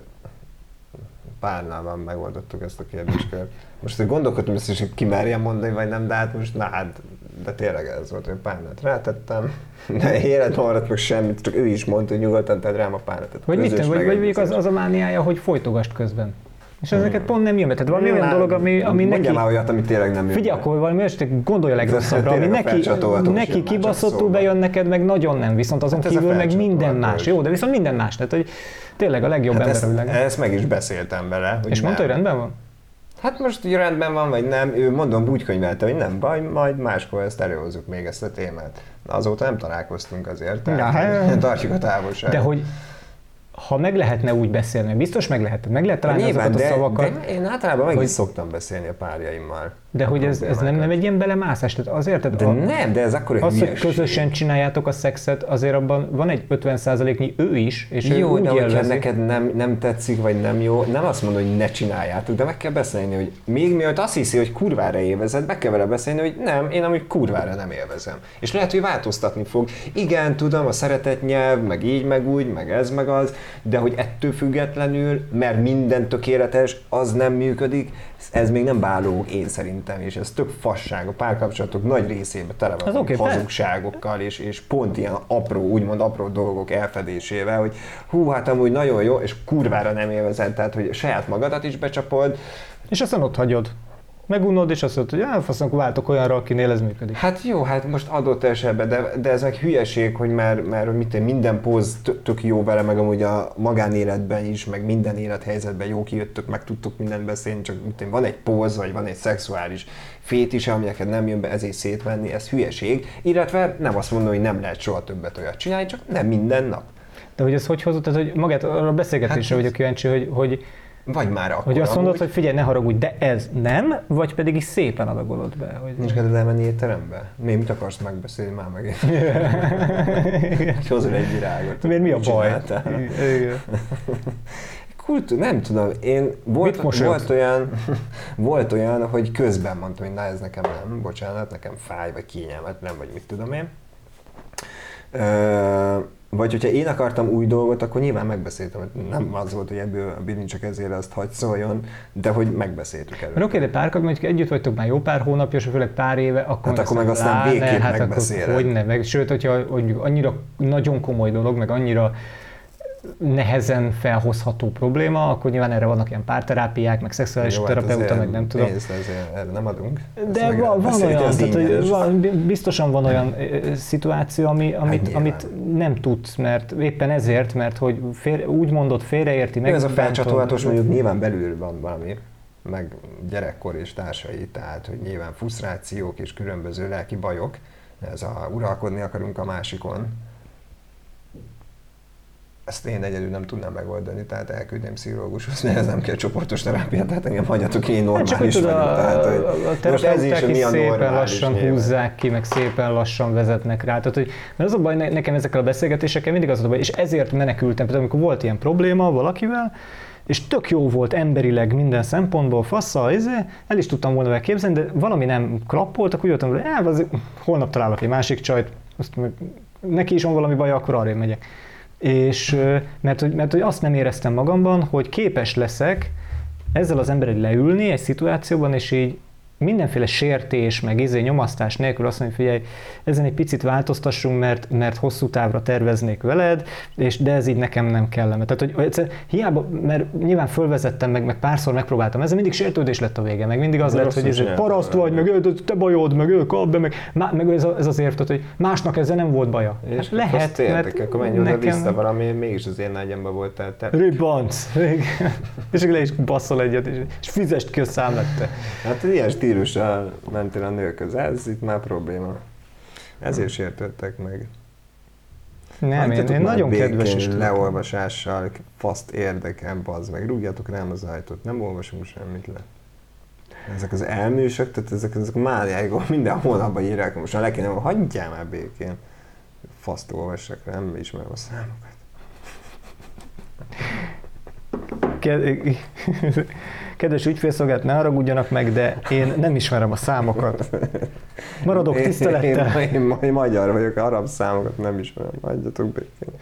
párnában megoldottuk ezt a kérdéskört. Most hogy gondolkodtam, hogy ki merjem mondani, vagy nem, de hát most na hát, de tényleg ez volt, hogy párnát rátettem, de életben maradt meg semmit, csak ő is mondta, hogy nyugodtan tedd rám a párnát. Vagy mit, vagy, vagy mondjuk az, az a mániája, hogy folytogast közben. És ezeket hmm. pont nem jön be. Tehát valami olyan dolog, ami, ami neki... Mondjál már olyat, ami tényleg nem jön. Figyelj, akkor valami olyat, gondolj a legrosszabbra, ami neki, neki kibaszottul bejön neked, meg nagyon nem, viszont azon hát kívül meg minden más. Jó, de viszont minden más. Tehát, hogy tényleg a legjobb hát ember a világon. Ezt meg is beszéltem vele. És mondta, hogy rendben van? Hát most hogy rendben van, vagy nem, ő mondom úgy könyvelte, hogy nem baj, majd máskor ezt előhozzuk még ezt a témát. Azóta nem találkoztunk azért, tehát tartjuk a távolságot. De hogy ha meg lehetne úgy beszélni, biztos meg lehet, meg lehet találni azokat a szavakat. De én általában meg hogy, is szoktam beszélni a párjaimmal. De hogy ez, ez nem, nem egy ilyen belemászás, tehát azért, tehát de a, nem, de ez akkor egy az, hülyeség. hogy közösen csináljátok a szexet, azért abban van egy ötven százaléknyi ő is, és jó, ő úgy de hogyha élvezi. neked nem, nem tetszik, vagy nem jó, nem azt mondom, hogy ne csináljátok, de meg kell beszélni, hogy még mielőtt azt hiszi, hogy kurvára élvezed, meg kell vele beszélni, hogy nem, én amúgy kurvára nem élvezem. És lehet, hogy változtatni fog. Igen, tudom, a szeretett nyelv, meg így, meg úgy, meg ez, meg az, de hogy ettől függetlenül, mert minden tökéletes, az nem működik, ez még nem bálóg én szerintem, és ez tök fasság, a párkapcsolatok nagy részében tele van okay, hazugságokkal, és, és pont ilyen apró, úgymond apró dolgok elfedésével, hogy hú, hát amúgy nagyon jó, és kurvára nem élvezed, tehát hogy saját magadat is becsapod. És aztán ott hagyod. Megunod, és azt mondod, hogy elfaszom, váltok olyanra, akinél ez működik. Hát jó, hát most adott esetben, de, de ez meg hülyeség, hogy már, már mit én, minden póz tök jó vele, meg amúgy a magánéletben is, meg minden élethelyzetben jó kijöttök, meg tudtuk mindent beszélni, csak mit én, van egy póz, vagy van egy szexuális fétis, ami neked nem jön be, ezért szétvenni, ez hülyeség. Illetve nem azt mondom, hogy nem lehet soha többet olyat csinálni, csak nem minden nap. De hogy ez hogy hozott, tehát, hogy magát a beszélgetésre hát vagyok kíváncsi, hogy, hogy vagy már akkor. Hogy azt mondod, hogy figyelj, ne haragudj, de ez nem, vagy pedig is szépen adagolod be. Hogy... Nincs kedved elmenni étterembe? Mi, mit akarsz megbeszélni már megint? Hozol egy virágot. Miért mi a baj? Kultúr, nem tudom, én volt, volt, olyan, volt olyan, hogy közben mondtam, hogy na ez nekem nem, bocsánat, nekem fáj, vagy kényelmetlen, vagy mit tudom én. Ö, Vagy hogyha én akartam új dolgot, akkor nyilván megbeszéltem, hogy nem az volt, hogy ebből a Bilin csak ezért azt hagy szóljon, de hogy megbeszéltük előtt. Oké, de párkap, mondjuk együtt vagytok már jó pár hónapja, és főleg pár éve, akkor hát akkor meg aztán végképp hát megbeszéled. Hogy ne, meg, sőt, hogyha mondjuk annyira nagyon komoly dolog, meg annyira nehezen felhozható probléma, akkor nyilván erre vannak ilyen párterápiák, meg szexuális jó, terapeuta, hát meg nem tudom. Pénzt ezért erre nem adunk. De van, van olyan, tehát, hogy van, biztosan van olyan szituáció, ami, amit, hát amit nem tudsz, mert éppen ezért, mert hogy fél, úgy mondod, félreérti meg. Ez a felcsatolhatós, mondjuk nyilván belül van valami, meg gyerekkor és társai, tehát hogy nyilván frusztrációk és különböző lelki bajok, ez a uralkodni akarunk a másikon. Ezt én egyedül nem tudnám megoldani, tehát elküldném pszichológushoz, mert ez nem kell csoportos terápiát, tehát engem hagyjatok, én normális hát vagyok. A, tehát, hogy a, a terapeuták is szépen lassan nyilván húzzák ki, meg szépen lassan vezetnek rá. Tehát, hogy, mert az a baj nekem ezekkel a beszélgetésekkel mindig az a baj, és ezért menekültem, például amikor volt ilyen probléma valakivel, és tök jó volt emberileg minden szempontból, fassa, el is tudtam volna vele képzelni, de valami nem klappolt, akkor úgy voltam, hogy eh, az, holnap találok egy másik csajt, azt meg, neki is van valami baj, akkor arra megyek. És mert, mert, mert hogy azt nem éreztem magamban, hogy képes leszek ezzel az emberrel leülni egy szituációban, és így mindenféle sértés, meg izé, nyomasztás nélkül azt mondja, figyelj, ezen egy picit változtassunk, mert, mert hosszú távra terveznék veled, és de ez így nekem nem kellene. Tehát, hogy hiába, mert nyilván fölvezettem, meg, meg párszor megpróbáltam, ezzel mindig sértődés lett a vége, meg mindig az de lett, hogy izé, paraszt vagy, meg te bajod, meg ők, abba, meg, meg ez, ez az érv, hogy másnak ezzel nem volt baja. És hát lehet, mert akkor menj oda vissza, valami mégis az én nagyemben volt. Te... Ribanc! És le is basszol egyet, és, és fizest ki a számlát te. Hát ilyen stílussal mentél a nőköz, ez itt már probléma. Ezért sértődtek meg. Nem, én, én nagyon kedves is leolvasással, faszt érdekem, bazd meg, rúgjátok rám az ajtót, nem olvasunk semmit le. Ezek az elműsök, tehát ezek, ezek a mániákok minden hónapban írják, most már le kéne, hagyjál már békén. Faszt olvassak, nem ismerem a számokat. Kedves ügyfélszolgálat, ne haragudjanak meg, de én nem ismerem a számokat. Maradok tisztelettel. Én, én, én magyar vagyok, arab számokat nem ismerem, hagyjatok békén.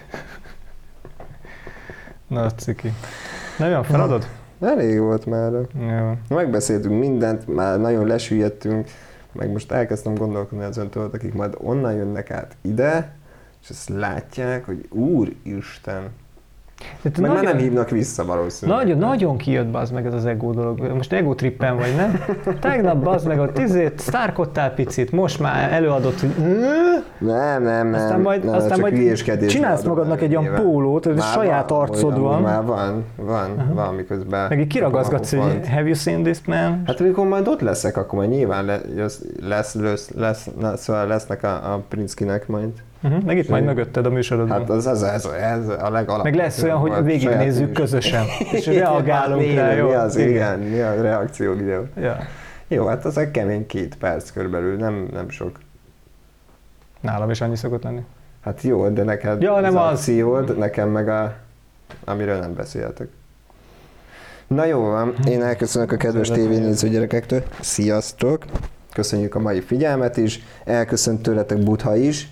Na, ciki. Na, olyan feladod? Elég volt már. Jó. Megbeszéltünk mindent, már nagyon lesüllyedtünk, meg most elkezdtem gondolkodni azon tőled, akik majd onnan jönnek át ide, és ezt látják, hogy Úristen, meg nagyon, már nem hívnak vissza valószínűleg. Nagyon, nagyon kijött bazd meg ez az ego dolog. Most ego trippen vagy, nem? Tegnap bazd meg a tizét, sztárkodtál picit, most már előadott, hogy nem, nem, nem. Aztán majd, nem, aztán majd csinálsz magadnak egy olyan pólót, hogy saját van, arcod van. Már van, van, uh-huh. van, miközben... Meg így kiragazgatsz, hogy have you seen this man? Hát amikor majd ott leszek, akkor majd nyilván lesz, lesz, lesz, lesz, lesz szóval lesznek a, a Prinszkinek majd. Uh-huh, meg itt majd mögötted a műsorodban. Hát az, ez, ez, ez a legalapvetőbb. Meg lesz olyan, hogy végignézzük közösen, és reagálunk hát, rá, jó? Mi az, igen, igen, mi a reakció videó. Ja. Jó, hát az egy kemény két perc körülbelül, nem, nem sok. Nálam is annyi szokott lenni. Hát jó, de neked ja, nem az akciód, nekem meg a, amiről nem beszéltek. Na jó van, én elköszönök a kedves tévénéző gyerekektől. Sziasztok! Köszönjük a mai figyelmet is, elköszönt tőletek Butha is.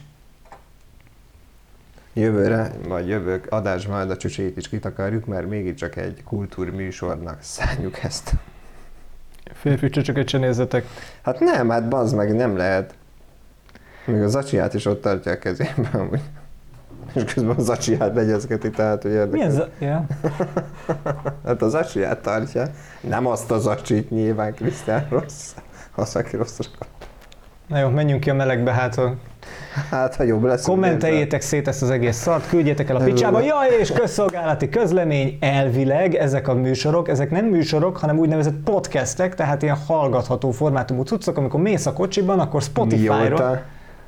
Jövőre, vagy jövők adásban majd a csücsét is kitakarjuk, mert mégiscsak egy kultúrműsornak szánjuk ezt. Férfi csöcsöket se nézzetek. Hát nem, hát bazd meg, nem lehet. Még a zacsiát is ott tartja a kezében, amúgy. És közben a zacsiát legyezgeti, tehát hogy érdekes. Milyen za- ja. Hát a zacsiát tartja. Nem azt a zacsit nyilván, Krisztián rossz. Az, aki rosszra. Na jó, menjünk ki a melegbe, hát Hát, ha jobb lesz. kommenteljétek szét ezt az egész szart, küldjétek el a picsába. Jaj, és közszolgálati közlemény, elvileg ezek a műsorok, ezek nem műsorok, hanem úgynevezett podcastek, tehát ilyen hallgatható formátumú cuccok, amikor mész a kocsiban, akkor Spotify-ról.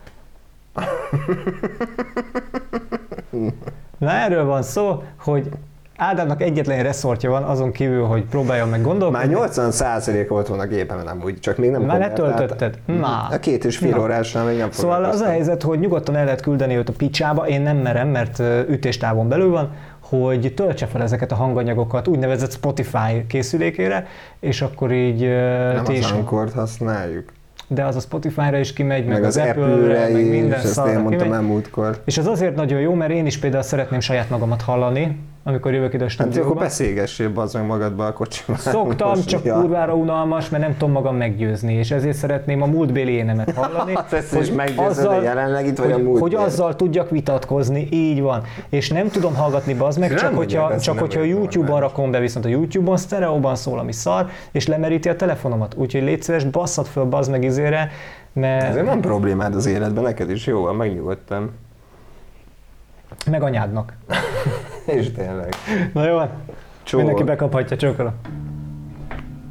Na erről van szó, hogy Ádámnak egyetlen reszortja van, azon kívül, hogy próbáljon meg gondolkodni. Már nyolcvan százalék ott van a gépemen amúgy, csak még nem Már letöltötted? Na. A két és fél órásnál még nem Szóval az a helyzet, hogy nyugodtan el lehet küldeni őt a picsába, én nem merem, mert ütéstávon belül van, hogy töltse fel ezeket a hanganyagokat úgynevezett Spotify készülékére, és akkor így... Nem az Anchort használjuk. De az a Spotify-ra is kimegy, meg, meg az, az Apple-re, meg minden és ezt én mondtam el múltkor. És az azért nagyon jó, mert én is például szeretném saját magamat hallani, amikor jövök ide a stúdióba. Hát akkor beszélgessél bazd meg magadba a kocsiban. Szoktam, most, csak ja. kurvára unalmas, mert nem tudom magam meggyőzni, és ezért szeretném a múltbéli énemet hallani. Hát ezt is meggyőzöd, hogy jelenleg itt vagy a múltbéli. Hogy azzal tudjak vitatkozni, így van. És nem tudom hallgatni bazd meg, csak hogyha, csak hogyha a YouTube-on rakom be, viszont a YouTube-on sztereóban szól, ami szar, és lemeríti a telefonomat. Úgyhogy légy szíves, basszad föl bazd meg izére, mert... Ezért van problémád az életben, neked is jó, megnyugodtam. Meg anyádnak. És tényleg. Na jó, Csó. mindenki bekaphatja, csókolom.